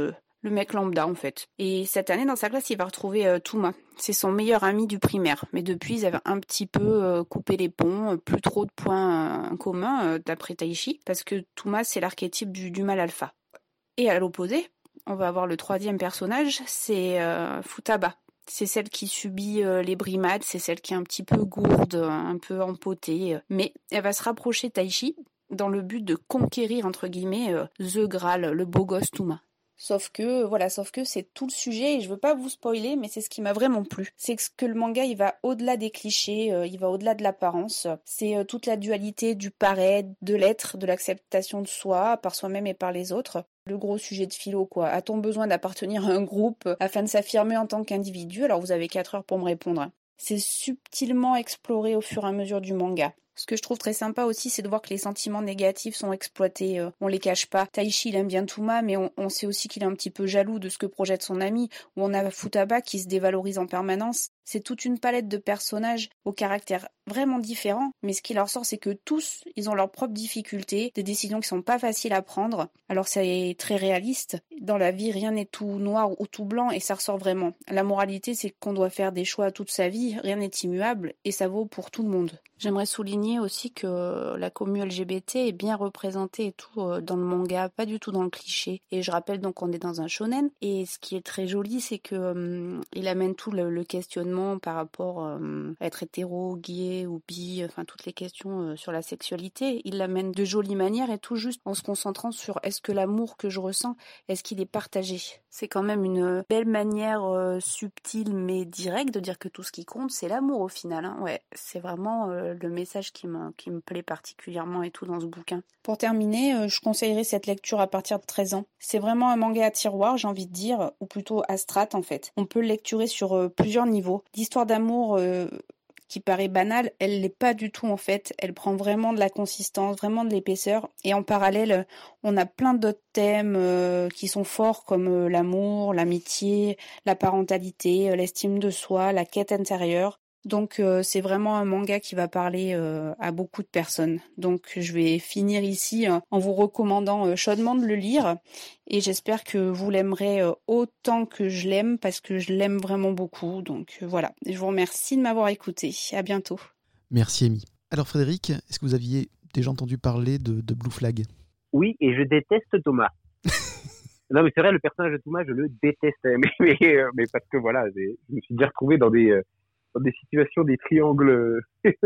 le mec lambda en fait. Et cette année dans sa classe, il va retrouver euh, Touma. C'est son meilleur ami du primaire. Mais depuis, ils avaient un petit peu euh, coupé les ponts, euh, plus trop de points euh, communs euh, d'après Taichi, parce que Touma, c'est l'archétype du, du mâle alpha. Et à l'opposé, on va avoir le troisième personnage, c'est euh, Futaba. C'est celle qui subit euh, les brimades, c'est celle qui est un petit peu gourde, un peu empotée. Euh, mais elle va se rapprocher de Taichi dans le but de conquérir, entre guillemets, euh, The Graal, le beau gosse Touma. Sauf que, voilà, sauf que c'est tout le sujet, et je veux pas vous spoiler, mais c'est ce qui m'a vraiment plu. C'est que le manga, il va au-delà des clichés, euh, il va au-delà de l'apparence. C'est euh, toute la dualité du paraître, de l'être, de l'acceptation de soi, par soi-même et par les autres. Le gros sujet de philo, quoi. A-t-on besoin d'appartenir à un groupe afin de s'affirmer en tant qu'individu? Alors vous avez quatre heures pour me répondre. C'est subtilement exploré au fur et à mesure du manga. Ce que je trouve très sympa aussi, c'est de voir que les sentiments négatifs sont exploités. Euh, on les cache pas. Taichi, il aime bien Touma, mais on, on sait aussi qu'il est un petit peu jaloux de ce que projette son ami. Ou on a Futaba qui se dévalorise en permanence. C'est toute une palette de personnages au caractère vraiment différent, mais ce qui leur sort, c'est que tous, ils ont leurs propres difficultés, des décisions qui sont pas faciles à prendre. Alors c'est très réaliste. Dans la vie, rien n'est tout noir ou tout blanc, et ça ressort vraiment. La moralité, c'est qu'on doit faire des choix toute sa vie, rien n'est immuable, et ça vaut pour tout le monde. J'aimerais souligner aussi que la commu L G B T est bien représentée et tout dans le manga, pas du tout dans le cliché. Et je rappelle donc qu'on est dans un shonen, et ce qui est très joli, c'est que hum, il amène tout le, le questionnement par rapport hum, à être hétéro, gay ou bi, enfin toutes les questions euh, sur la sexualité. Il l'amène de jolie manière et tout juste en se concentrant sur est-ce que l'amour que je ressens, est-ce qu'il est partagé. C'est quand même une belle manière euh, subtile mais directe de dire que tout ce qui compte, c'est l'amour au final. Hein. Ouais, c'est vraiment euh, le message qui me, qui me plaît particulièrement et tout dans ce bouquin. Pour terminer, euh, je conseillerais cette lecture à partir de treize ans. C'est vraiment un manga à tiroir, j'ai envie de dire, ou plutôt à strat en fait. On peut le lecturer sur euh, plusieurs niveaux. L'histoire d'amour euh, qui paraît banale, elle l'est pas du tout en fait. Elle prend vraiment de la consistance, vraiment de l'épaisseur. Et en parallèle, on a plein d'autres thèmes euh, qui sont forts comme euh, l'amour, l'amitié, la parentalité, euh, l'estime de soi, la quête intérieure. Donc euh, c'est vraiment un manga qui va parler euh, à beaucoup de personnes. Donc je vais finir ici euh, en vous recommandant euh, chaudement de le lire, et j'espère que vous l'aimerez euh, autant que je l'aime, parce que je l'aime vraiment beaucoup. Donc euh, voilà, je vous remercie de m'avoir écouté. À bientôt. Merci Amy. Alors Frédéric, est-ce que vous aviez déjà entendu parler de, de Blue Flag? Oui, et je déteste Thomas. Non, mais c'est vrai, le personnage de Thomas, je le déteste. Mais, mais, mais parce que voilà, je me suis déjà retrouvé dans des... dans des situations, des triangles,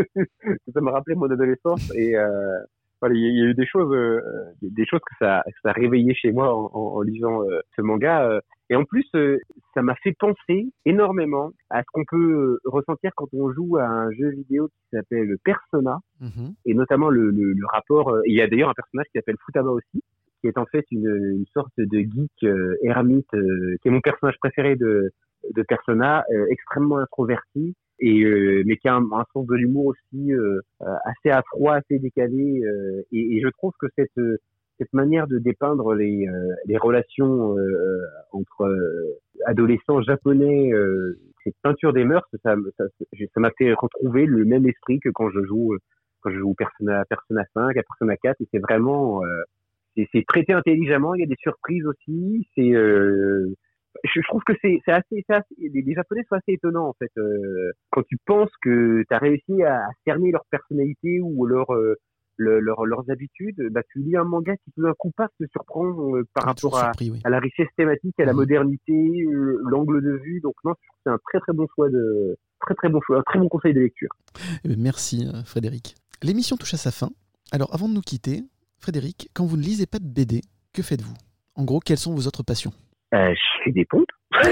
ça me rappelait mon adolescence, et euh, voilà, il y a eu des choses, euh, des choses que ça, que ça a réveillé chez moi en, en, en lisant euh, ce manga, euh, et en plus, euh, ça m'a fait penser énormément à ce qu'on peut ressentir quand on joue à un jeu vidéo qui s'appelle Persona, mm-hmm. et notamment le, le, le rapport. Euh, il y a d'ailleurs un personnage qui s'appelle Futaba aussi, qui est en fait une, une sorte de geek euh, ermite, euh, qui est mon personnage préféré de de Persona, euh, extrêmement introverti, et euh, mais qui a un, un sens de l'humour aussi euh, assez affroi, assez décalé, euh, et, et je trouve que cette cette manière de dépeindre les euh, les relations euh, entre euh, adolescents japonais, euh, cette peinture des mœurs, ça ça ça m'a fait retrouver le même esprit que quand je joue quand je joue Persona Persona cinq, à Persona quatre, et c'est vraiment euh, c'est, c'est traité intelligemment, il y a des surprises aussi, c'est euh, Je, je trouve que c'est, c'est assez, c'est assez, les, les Japonais sont assez étonnants en fait. Euh, quand tu penses que tu as réussi à, à cerner leur personnalité ou leur, euh, le, leur, leurs habitudes, bah tu lis un manga qui tout d'un coup passe te surprend euh, par rapport à, surpris, oui. à la richesse thématique, à la mmh. modernité, euh, l'angle de vue. Donc non, c'est un très très bon choix de, très très bon choix, un très bon conseil de lecture. Merci Frédéric. L'émission touche à sa fin. Alors avant de nous quitter, Frédéric, quand vous ne lisez pas de B D, que faites-vous? En gros, quelles sont vos autres passions? Euh, je fais des pompes.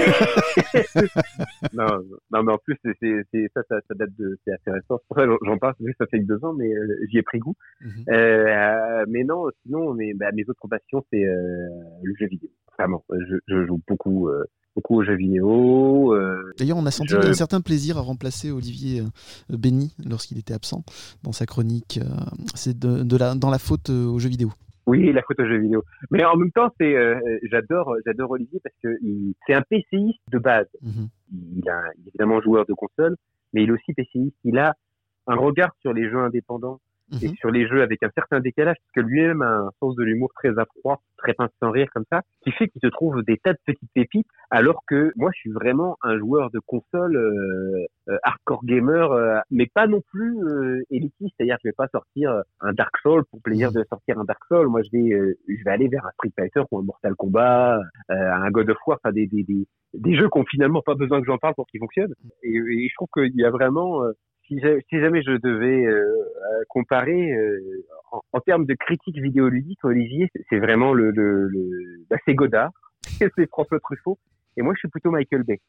non, non, mais en plus, c'est, c'est, c'est ça, ça, ça date de, c'est assez récent. C'est pour ça que j'en parle, ça fait que deux ans, mais euh, j'y ai pris goût. Mm-hmm. Euh, mais non, sinon, mais, bah, mes autres passions, c'est euh, le jeu vidéo. Vraiment, je, je joue beaucoup, euh, beaucoup aux jeux vidéo. Euh, D'ailleurs, on a senti je... un certain plaisir à remplacer Olivier euh, Bény lorsqu'il était absent dans sa chronique. Euh, c'est de, de la, dans la faute euh, aux jeux vidéo. Oui, la faute aux jeux vidéo. Mais en même temps, c'est, euh, j'adore, j'adore Olivier parce que il, c'est un PCiste de base. Mm-hmm. Il, a, il est évidemment joueur de console, mais il est aussi PCiste. Il a un regard sur les jeux indépendants et sur les jeux avec un certain décalage, parce que lui-même a un sens de l'humour très affroi, très pince sans rire comme ça, qui fait qu'il te trouve des tas de petites pépites, alors que moi je suis vraiment un joueur de console euh, euh, hardcore gamer, euh, mais pas non plus euh, élitiste, c'est-à-dire que je vais pas sortir un Dark Souls pour plaisir de sortir un Dark Souls. Moi je vais euh, je vais aller vers un Street Fighter ou un Mortal Kombat, euh, un God of War, enfin des des des des jeux qui ont finalement pas besoin que j'en parle pour qu'ils fonctionnent. Et, et je trouve qu'il y a vraiment euh, Si, si jamais je devais euh, comparer euh, en, en termes de critique vidéoludique, Olivier, c'est, c'est vraiment le, le, le bah, c'est Godard, c'est François Truffaut, et moi je suis plutôt Michael Bay.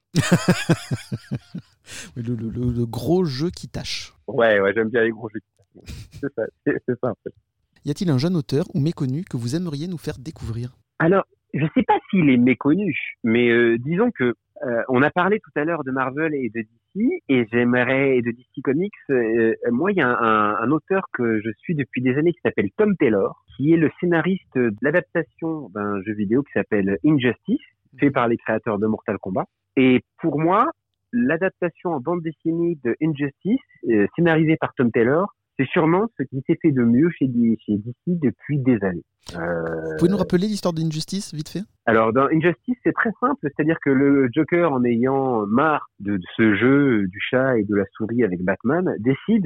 le, le, le, le gros jeu qui tâche. Ouais, ouais, j'aime bien les gros jeux qui tâchent. C'est ça, c'est, c'est ça en fait. Y a-t-il un jeune auteur ou méconnu que vous aimeriez nous faire découvrir ? Alors, je sais pas s'il est méconnu, mais euh, disons que euh, on a parlé tout à l'heure de Marvel et de D C, et j'aimerais, et de D C Comics, euh, moi il y a un, un auteur que je suis depuis des années qui s'appelle Tom Taylor, qui est le scénariste de l'adaptation d'un jeu vidéo qui s'appelle Injustice, fait par les créateurs de Mortal Kombat. Et pour moi, l'adaptation en bande dessinée de Injustice, euh, scénarisée par Tom Taylor, c'est sûrement ce qui s'est fait de mieux chez, chez D C depuis des années. Euh... Vous pouvez nous rappeler l'histoire d'Injustice, vite fait ? Alors, dans Injustice, c'est très simple, c'est-à-dire que le Joker, en ayant marre de, de ce jeu du chat et de la souris avec Batman, décide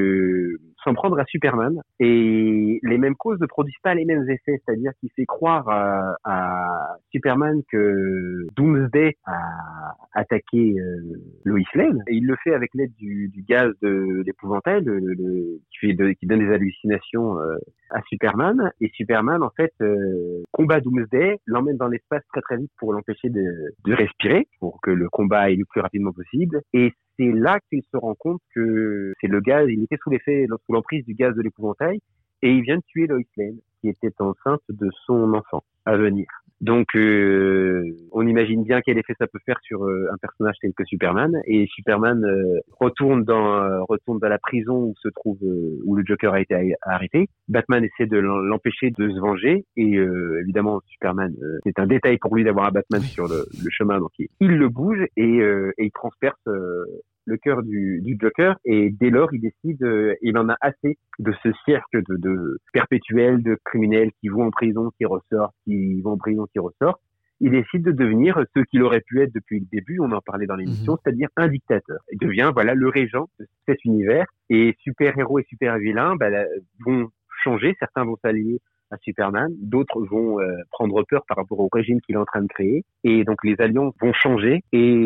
de s'en prendre à Superman. Et les mêmes causes ne produisent pas les mêmes effets, c'est-à-dire qu'il fait croire à, à Superman que Doomsday a attaqué euh, Lois Lane, et il le fait avec l'aide du, du gaz de l'épouvantail, le, le, le, qui, fait de, qui donne des hallucinations euh, à Superman. Et Superman, en fait, euh, combat Doomsday, l'emmène dans l'espace très très vite pour l'empêcher de, de respirer, pour que le combat aille le plus rapidement possible. Et c'est là qu'il se rend compte que c'est le gaz, il était sous l'effet, sous l'emprise du gaz de l'épouvantail, et il vient de tuer Lois Lane, qui était enceinte de son enfant à venir. Donc, euh, on imagine bien quel effet ça peut faire sur euh, un personnage tel que Superman. Et Superman euh, retourne dans euh, retourne dans la prison où se trouve euh, où le Joker a été arrêté. Batman essaie de l'empêcher de se venger. Et euh, évidemment, Superman, euh, c'est un détail pour lui d'avoir un Batman sur le, le chemin. Donc, il, il le bouge et, euh, et il transperce euh, le cœur du, du Joker, et dès lors, il décide, euh, il en a assez de ce cercle de, de perpétuel de criminels qui vont en prison, qui ressortent, qui vont en prison, qui ressortent. Il décide de devenir ce qu'il aurait pu être depuis le début, on en parlait dans l'émission, mmh. c'est-à-dire un dictateur. Il devient, voilà, le régent de cet univers, et super-héros et super-vilains bah, là, vont changer, certains vont s'allier à Superman, d'autres vont euh, prendre peur par rapport au régime qu'il est en train de créer, et donc les alliances vont changer,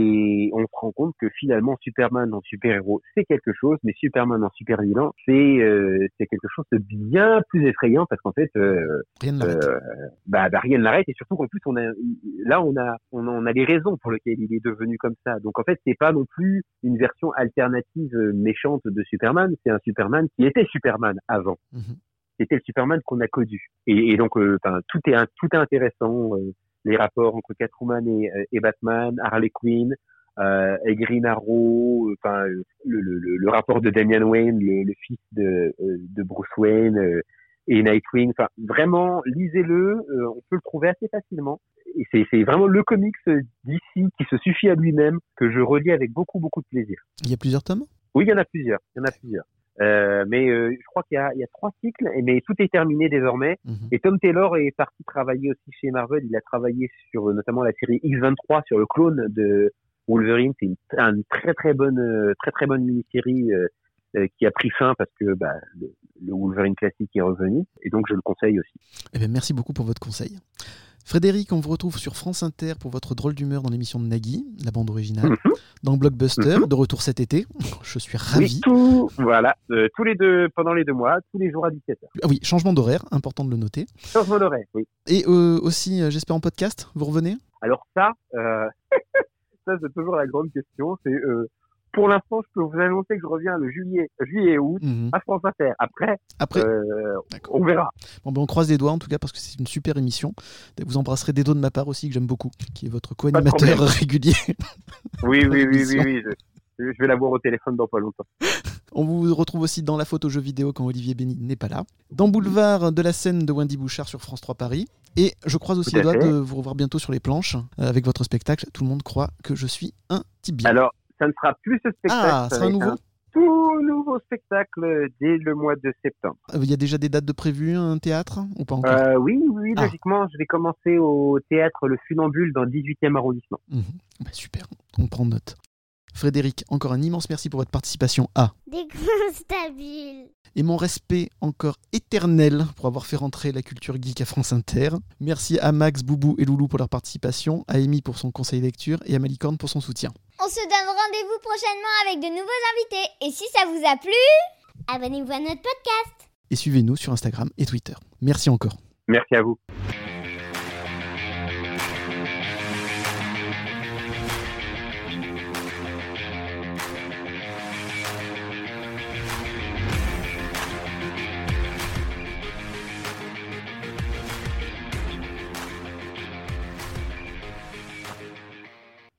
et on se rend compte que finalement Superman en super-héros c'est quelque chose, mais Superman en super-vilain c'est euh, c'est quelque chose de bien plus effrayant, parce qu'en fait euh, rien ne l'arrête. Euh, bah, bah rien ne l'arrête, et surtout qu'en plus on a là on a on, on a les raisons pour lesquelles il est devenu comme ça. Donc en fait c'est pas non plus une version alternative méchante de Superman, c'est un Superman qui était Superman avant. Mm-hmm. C'était le Superman qu'on a connu. Et, et donc, euh, tout est tout est intéressant. Euh, les rapports entre Catwoman et, et Batman, Harley Quinn, euh, et Green Arrow, enfin euh, le, le, le rapport de Damian Wayne, le, le fils de, euh, de Bruce Wayne, euh, et Nightwing. Enfin, vraiment, lisez-le. Euh, on peut le trouver assez facilement. Et c'est, c'est vraiment le comics d'ici qui se suffit à lui-même, que je relis avec beaucoup, beaucoup de plaisir. Il y a plusieurs tomes ? Oui, il y en a plusieurs. Il y en a plusieurs. Euh, mais euh, je crois qu'il y a, il y a trois cycles, mais tout est terminé désormais. Mmh. Et Tom Taylor est parti travailler aussi chez Marvel. Il a travaillé sur notamment la série X vingt-trois, sur le clone de Wolverine. C'est une, une très très bonne, très très bonne mini-série euh, euh, qui a pris fin parce que bah, le, le Wolverine classique est revenu. Et donc je le conseille aussi. Eh bien, merci beaucoup pour votre conseil. Frédéric, on vous retrouve sur France Inter pour votre drôle d'humeur dans l'émission de Nagui, la bande originale, mmh. dans Blockbuster, mmh. de retour cet été. Je suis ravi. Oui, tout, voilà, euh, tous les deux, pendant les deux mois, tous les jours à dix-sept heures. Ah oui, changement d'horaire, important de le noter. Changement d'horaire, oui. Et euh, aussi, euh, j'espère en podcast, vous revenez ? Alors ça, euh, ça c'est toujours la grande question, c'est... Euh, pour l'instant, je peux vous annoncer que je reviens le juillet, juillet et août mmh. à France Inter. Après, Après euh, on verra. Bon, ben on croise les doigts en tout cas parce que c'est une super émission. Vous embrasserez des dos de ma part aussi que j'aime beaucoup, qui est votre co-animateur régulier. Oui, oui, oui, oui, oui. Je, je vais l'avoir au téléphone dans pas longtemps. On vous retrouve aussi dans la photo jeux vidéo quand Olivier Bény n'est pas là. Dans Boulevard de la Seine de Wendy Bouchard sur France trois Paris. Et je croise aussi les doigts de vous revoir bientôt sur les planches avec votre spectacle. Tout le monde croit que je suis un type bien. Alors, ça ne sera plus ce spectacle. Ah, c'est un nouveau. tout nouveau spectacle dès le mois de septembre. Il y a déjà des dates de prévues, un théâtre ou pas encore? euh, Oui, oui, Ah. logiquement, je vais commencer au théâtre Le Funambule dans le dix-huitième arrondissement. Mmh. Bah, super, on prend note. Frédéric, encore un immense merci pour votre participation à Décoinstable. Et mon respect encore éternel pour avoir fait rentrer la culture geek à France Inter. Merci à Max, Boubou et Loulou pour leur participation, à Amy pour son conseil lecture et à Malicorne pour son soutien. On se donne rendez-vous prochainement avec de nouveaux invités. Et si ça vous a plu, abonnez-vous à notre podcast. Et suivez-nous sur Instagram et Twitter. Merci encore. Merci à vous.